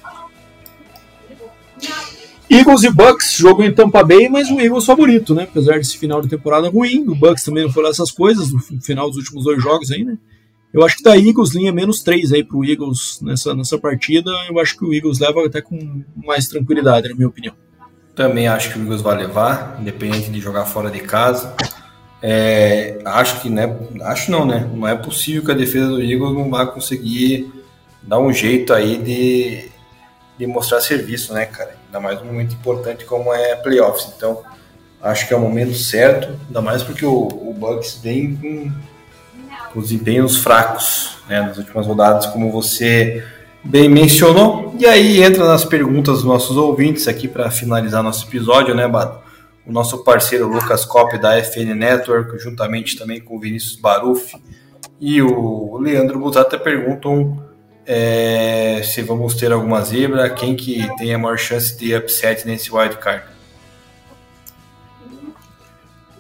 Eagles e Bucks, jogo em Tampa Bay, mas o Eagles favorito, né? Apesar desse final de temporada ruim, o Bucks também não foi lá essas coisas, no final dos últimos dois jogos aí, né? Eu acho que da Eagles, linha menos três aí pro Eagles nessa, nessa partida, eu acho que o Eagles leva até com mais tranquilidade, na minha opinião. Também acho que o Eagles vai levar, independente de jogar fora de casa. É, acho que, né? Acho não, né? Não é possível que a defesa do Eagles não vá conseguir dar um jeito aí de, de mostrar serviço, né, cara? Ainda mais um momento importante como é playoffs. Então, acho que é o momento certo, ainda mais porque o, o Bucks vem com, com os desempenhos fracos, né, nas últimas rodadas, como você bem mencionou. E aí entra nas perguntas dos nossos ouvintes aqui para finalizar nosso episódio, né, Bado? O nosso parceiro Lucas Kopp da F N Network, juntamente também com o Vinícius Baruf e o Leandro Butata perguntam É, se vamos ter alguma zebra, quem que tem a maior chance de upset nesse wildcard?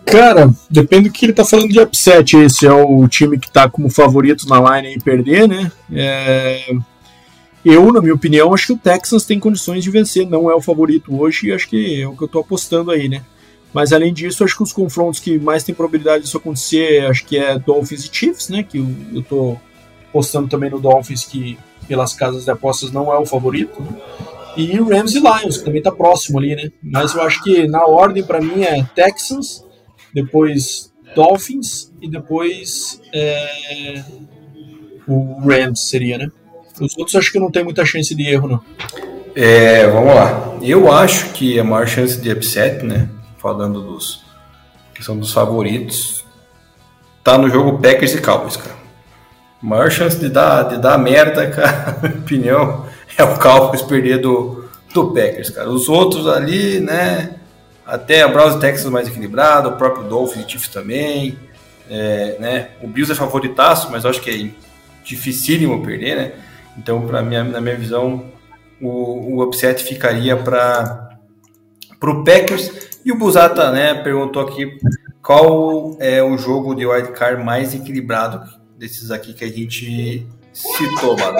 Cara, depende do que ele tá falando de upset. Esse é o time que tá como favorito na line e perder, né? É... Eu, na minha opinião, acho que o Texans tem condições de vencer. Não é o favorito hoje e acho que é o que eu tô apostando aí, né? Mas além disso, acho que os confrontos que mais tem probabilidade disso acontecer, acho que é Dolphins e Chiefs, né? Que eu, eu tô apostando também no Dolphins, que pelas casas de apostas não é o favorito, né? E Rams e Lions, que também tá próximo ali, né? Mas eu acho que na ordem para mim é Texans, depois Dolphins e depois é, o Rams seria, né? Os outros acho que não tem muita chance de erro, não. É, vamos lá. Eu acho que a maior chance de upset, né? Falando dos que são dos favoritos, tá no jogo Packers e Cowboys, cara. A maior chance de dar, de dar merda, cara, na minha opinião, é o Cowboys perder do, do Packers, cara. Os outros ali, né? Até a Browns e Texas mais equilibrado, o próprio Dolphins e Chiefs também, é, né? O Bills é favoritaço, mas eu acho que é dificílimo perder, né? Então, pra minha, na minha visão, o, o upset ficaria para o Packers. E o Busata, né, perguntou aqui qual é o jogo de wildcard mais equilibrado desses aqui que a gente citou, mano.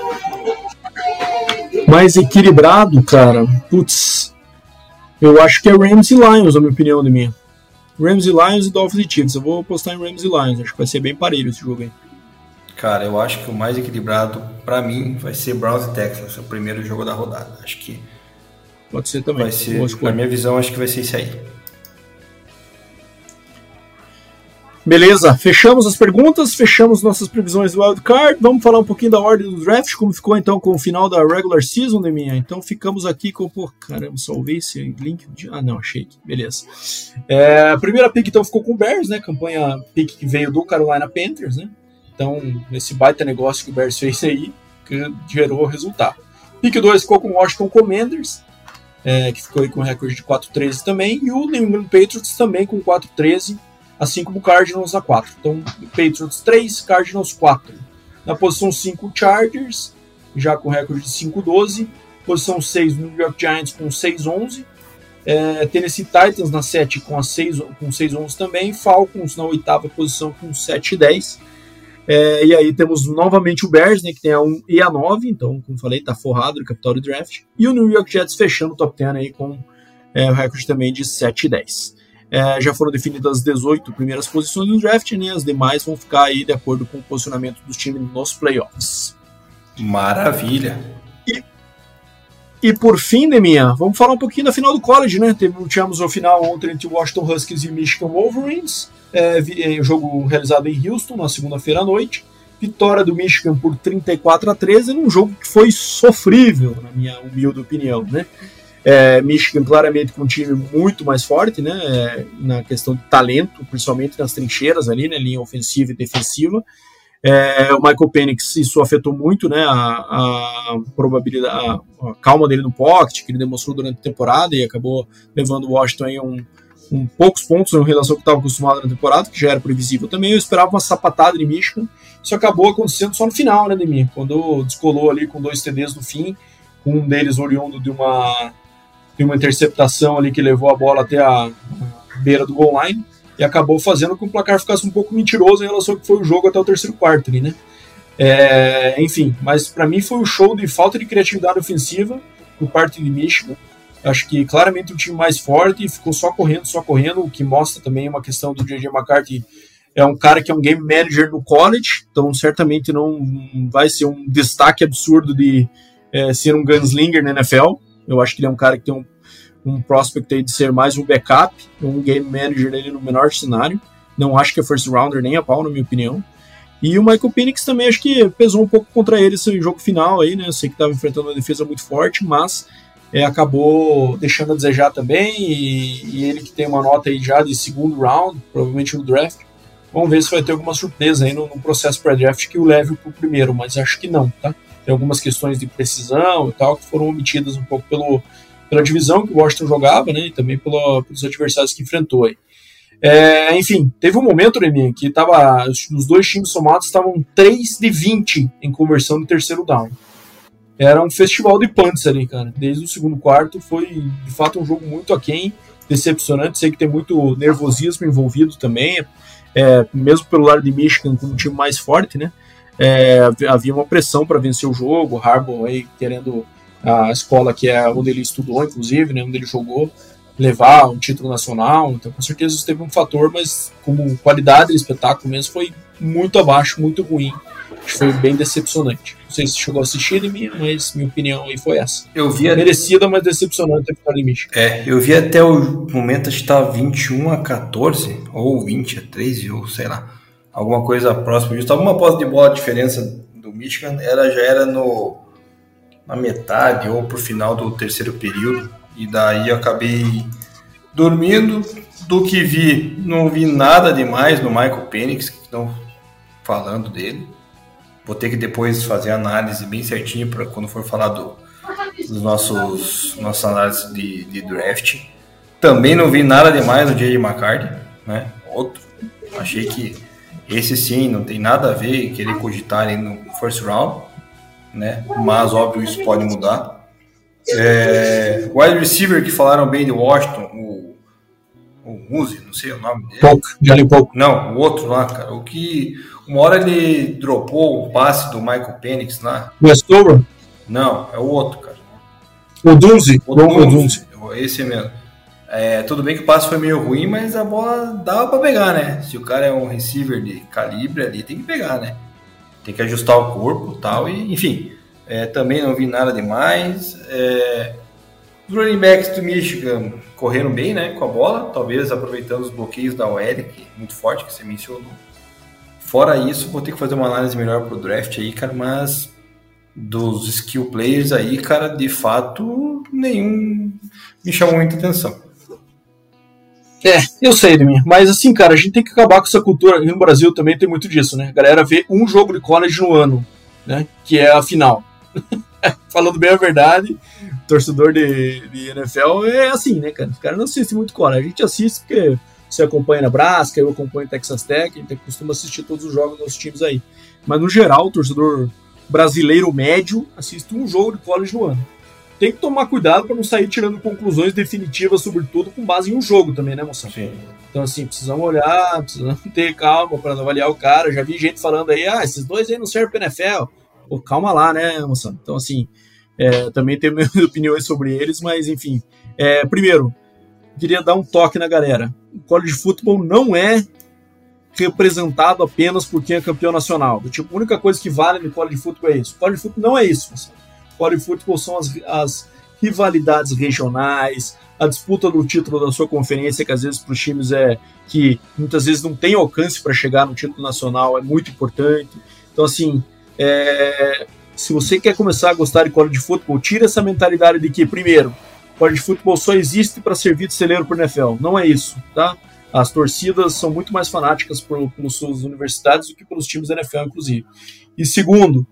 Mais equilibrado, cara? Putz, eu acho que é Rams e Lions, na minha opinião, de mim. Rams e Lions e Dolphins e Chiefs. Eu vou apostar em Rams e Lions, acho que vai ser bem parelho esse jogo aí. Cara, eu acho que o mais equilibrado pra mim vai ser Browns e Texans, o primeiro jogo da rodada. Acho que pode ser também. Vai ser, na minha visão, acho que vai ser isso aí. Beleza, fechamos as perguntas, fechamos nossas previsões do wildcard. Vamos falar um pouquinho da ordem do draft, como ficou então com o final da regular season, né, minha? Então ficamos aqui com... Pô, caramba, salvei esse link. De... Ah, não, achei aqui. Beleza. É, a primeira pick então ficou com o Bears, né? Campanha pick que veio do Carolina Panthers, né? Então, esse baita negócio que o Bears fez aí, que gerou o resultado. Pick dois ficou com o Washington Commanders, É, que ficou aí com recorde de quatro treze também, e o New England Patriots também com quatro treze, assim como o Cardinals na quatro. Então, Patriots três, Cardinals quatro. Na posição cinco, o Chargers, já com recorde de cinco doze. Posição seis, o New York Giants com seis onze. É, Tennessee Titans na sete com, a seis, com seis onze também. Falcons na oitava posição com sete dez. É, e aí temos novamente o Bears, né, que tem a um e a nove, então, como falei, tá forrado no capital de draft. E o New York Jets fechando o top dez aí com é, o recorde também de sete dez. É, já foram definidas as dezoito primeiras posições do draft, né, as demais vão ficar aí de acordo com o posicionamento dos times nos playoffs. Maravilha! E, e por fim, Deminha, vamos falar um pouquinho da final do college, né? Tivemos o final ontem entre o Washington Huskies e Michigan Wolverines. É, jogo realizado em Houston na segunda-feira à noite, vitória do Michigan por trinta e quatro a treze, num jogo que foi sofrível, na minha humilde opinião, né? É, Michigan claramente com um time muito mais forte, né? É, na questão de talento, principalmente nas trincheiras ali, né? Linha ofensiva e defensiva. É, o Michael Penix, isso afetou muito, né? A, a probabilidade, a, a calma dele no pocket, que ele demonstrou durante a temporada e acabou levando o Washington aí a um com poucos pontos em relação ao que estava acostumado na temporada, que já era previsível também. Eu esperava uma sapatada de Michigan, isso acabou acontecendo só no final, né, Demir? Quando descolou ali com dois T Ds no fim, com um deles oriundo de uma, de uma interceptação ali que levou a bola até a, a beira do goal line, e acabou fazendo com que o placar ficasse um pouco mentiroso em relação ao que foi o jogo até o terceiro quarto ali, né? É, enfim, mas para mim foi um show de falta de criatividade ofensiva por parte de Michigan. Acho que claramente o time mais forte, ficou só correndo, só correndo, o que mostra também uma questão do J J McCarthy. É um cara que é um game manager no college, então certamente não vai ser um destaque absurdo de é, ser um gunslinger na N F L. Eu acho que ele é um cara que tem um, um prospect aí de ser mais um backup, um game manager dele no menor cenário. Não acho que é first rounder nem a pau, na minha opinião. E o Michael Penix também acho que pesou um pouco contra ele esse jogo final aí, né? Eu sei que estava enfrentando uma defesa muito forte, mas É, acabou deixando a desejar também, e, e ele que tem uma nota aí já de segundo round, provavelmente no draft. Vamos ver se vai ter alguma surpresa aí no, no processo pré-draft que o leve para o primeiro, mas acho que não, tá? Tem algumas questões de precisão e tal que foram omitidas um pouco pelo, pela divisão que o Washington jogava, né? E também pelo, pelos adversários que enfrentou aí. É, enfim, teve um momento, Remy, que tava, os dois times somados estavam três de vinte em conversão no terceiro down. Era um festival de punts ali, cara. Desde o segundo quarto foi, de fato, um jogo muito aquém. decepcionante. Sei que tem muito nervosismo envolvido também, é, mesmo pelo lado de Michigan, como um time mais forte, né? É, havia uma pressão para vencer o jogo, o Harbaugh aí querendo a escola que é onde ele estudou, inclusive, né, onde ele jogou, levar um título nacional. Então, com certeza isso teve um fator, mas como qualidade do espetáculo mesmo foi muito abaixo, muito ruim. Acho que foi bem decepcionante. Não sei se chegou a assistir em mim, mas minha opinião aí foi essa. Eu vi a... Merecida, mas decepcionante a vitória de Michigan. É, eu vi até o momento, acho que estava vinte e um a quatorze, ou vinte a treze, ou sei lá, alguma coisa próxima disso. Estava uma posse de bola, a diferença do Michigan era, já era no, na metade ou pro final do terceiro período, e daí eu acabei dormindo. Do que vi, não vi nada demais no Michael Penix, que estão falando dele. Vou ter que depois fazer a análise bem certinho para quando for falar do, dos nossos nossas análises de, de draft. Também não vi nada demais no J J McCarthy, né? Outro. Achei que esse sim não tem nada a ver querer cogitar ele no first round, né? Mas óbvio isso pode mudar. É, wide receiver que falaram bem de Washington, o, o Muzi, não sei o nome dele. Pouco, Jalen Pouco. Não, o outro lá, cara. O que uma hora ele dropou o passe do Michael Penix lá. Westover? Não, é o outro, cara. O Dunze. O Dunze. Esse mesmo. É, tudo bem que o passe foi meio ruim, mas a bola dava pra pegar, né? Se o cara é um receiver de calibre ali, tem que pegar, né? Tem que ajustar o corpo e tal, e enfim. É, também não vi nada demais. É, os running backs do Michigan correram bem, né, com a bola, talvez aproveitando os bloqueios da O L, que é muito forte, que você mencionou. Fora isso, vou ter que fazer uma análise melhor pro draft aí, cara, mas dos skill players aí, cara, de fato, nenhum me chamou muita atenção. É, eu sei de mim, mas assim, cara, a gente tem que acabar com essa cultura. Aqui no Brasil também tem muito disso, né? A galera vê um jogo de college no ano, né? Que é a final. Falando bem a verdade, torcedor de, de N F L é assim, né, cara? Os caras não assistem muito college. A gente assiste porque você acompanha Nebraska, eu acompanho Texas Tech, a gente costuma assistir todos os jogos dos times aí. Mas no geral, o torcedor brasileiro médio assiste um jogo de college no ano. Tem que tomar cuidado para não sair tirando conclusões definitivas, sobretudo com base em um jogo também, né, moção? Sim. Então, assim, precisamos olhar, precisamos ter calma para avaliar o cara. Já vi gente falando aí, ah, esses dois aí não servem para N F L. Pô, calma lá, né, moção? Então, assim, é, também tenho minhas opiniões sobre eles, mas, enfim. É, primeiro, queria dar um toque na galera. O college football não é representado apenas por quem é campeão nacional. Tipo, a única coisa que vale no college football é isso. O college football não é isso, moção. College football são as, as rivalidades regionais, a disputa do título da sua conferência, que às vezes para os times é que muitas vezes não tem alcance para chegar no título nacional, é muito importante. Então, assim, é, se você quer começar a gostar de college football, tira essa mentalidade de que, primeiro, college football só existe para servir de celeiro para o N F L. Não é isso, tá? As torcidas são muito mais fanáticas por, pelas suas universidades do que pelos times da N F L, inclusive. E segundo,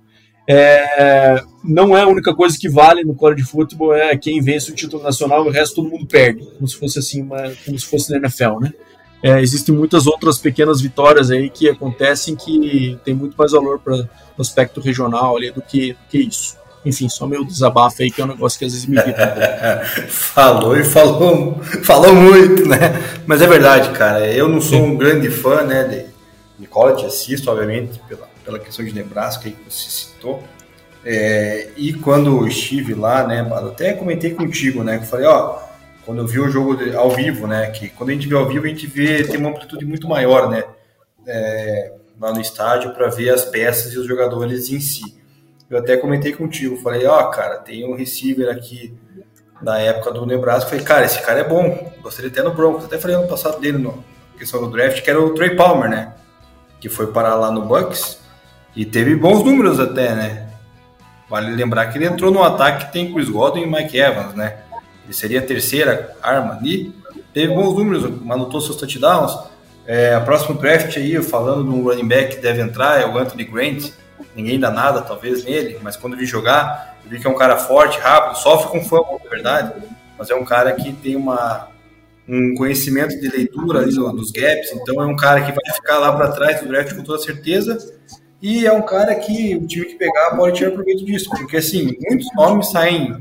É, não é a única coisa que vale no college football, é quem vence o título nacional e o resto todo mundo perde, como se fosse assim, uma, como se fosse na N F L, né? É, existem muitas outras pequenas vitórias aí que acontecem que tem muito mais valor para o aspecto regional ali do que, do que isso. Enfim, só meu desabafo aí, que é um negócio que às vezes me irrita. Falou e falou, falou muito, né? Mas é verdade, cara, eu não sou um grande fã, né, de, de college, assisto, obviamente, pela pela questão de Nebraska aí que você citou, é, e quando eu estive lá, né, até comentei contigo, né, que eu falei, ó, quando eu vi o jogo de, ao vivo, né, que quando a gente vê ao vivo, a gente vê, tem uma amplitude muito maior, né, é, lá no estádio, para ver as peças e os jogadores em si. Eu até comentei contigo, falei, ó, cara, tem um receiver aqui da época do Nebraska, falei, cara, esse cara é bom, gostaria até no Broncos, até falei ano passado dele, na questão do draft, que era o Trey Palmer, né, que foi parar lá no Bucks, e teve bons números até, né? Vale lembrar que ele entrou no ataque que tem Chris Godwin e Mike Evans, né? Ele seria a terceira arma ali. Teve bons números, anotou seus touchdowns. É, a próxima draft aí, falando de um running back que deve entrar, é o Anthony Grant. Ninguém dá nada, talvez, nele. Mas quando ele jogar, eu vi que é um cara forte, rápido, sofre com fumble, é verdade. Mas é um cara que tem uma, um conhecimento de leitura ali dos gaps. Então é um cara que vai ficar lá para trás do draft com toda certeza. E é um cara que o time que pegar pode tirar proveito disso, porque assim, muitos nomes saem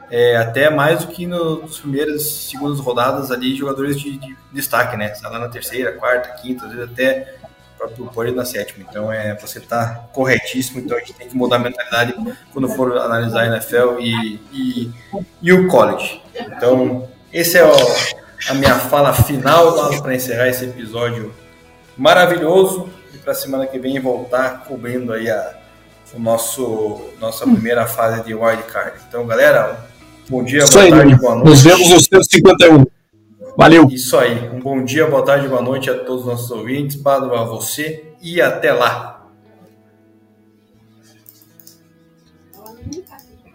é, até mais do que nos primeiras, segundas rodadas ali, jogadores de, de destaque, né? Está lá na terceira, quarta, quinta, às vezes até o próprio Pode na sétima. Então, é, você está corretíssimo. Então, a gente tem que mudar a mentalidade quando for analisar a N F L e, e, e o college. Então, esse é o, a minha fala final para encerrar esse episódio maravilhoso. E para a semana que vem voltar cobrindo aí a, o nosso, nossa primeira fase de wildcard. Então, galera, bom dia, Isso boa aí, tarde, boa noite. Nos vemos no cento e cinquenta e um. Valeu. Isso aí. Um bom dia, boa tarde, boa noite a todos os nossos ouvintes, para você e até lá.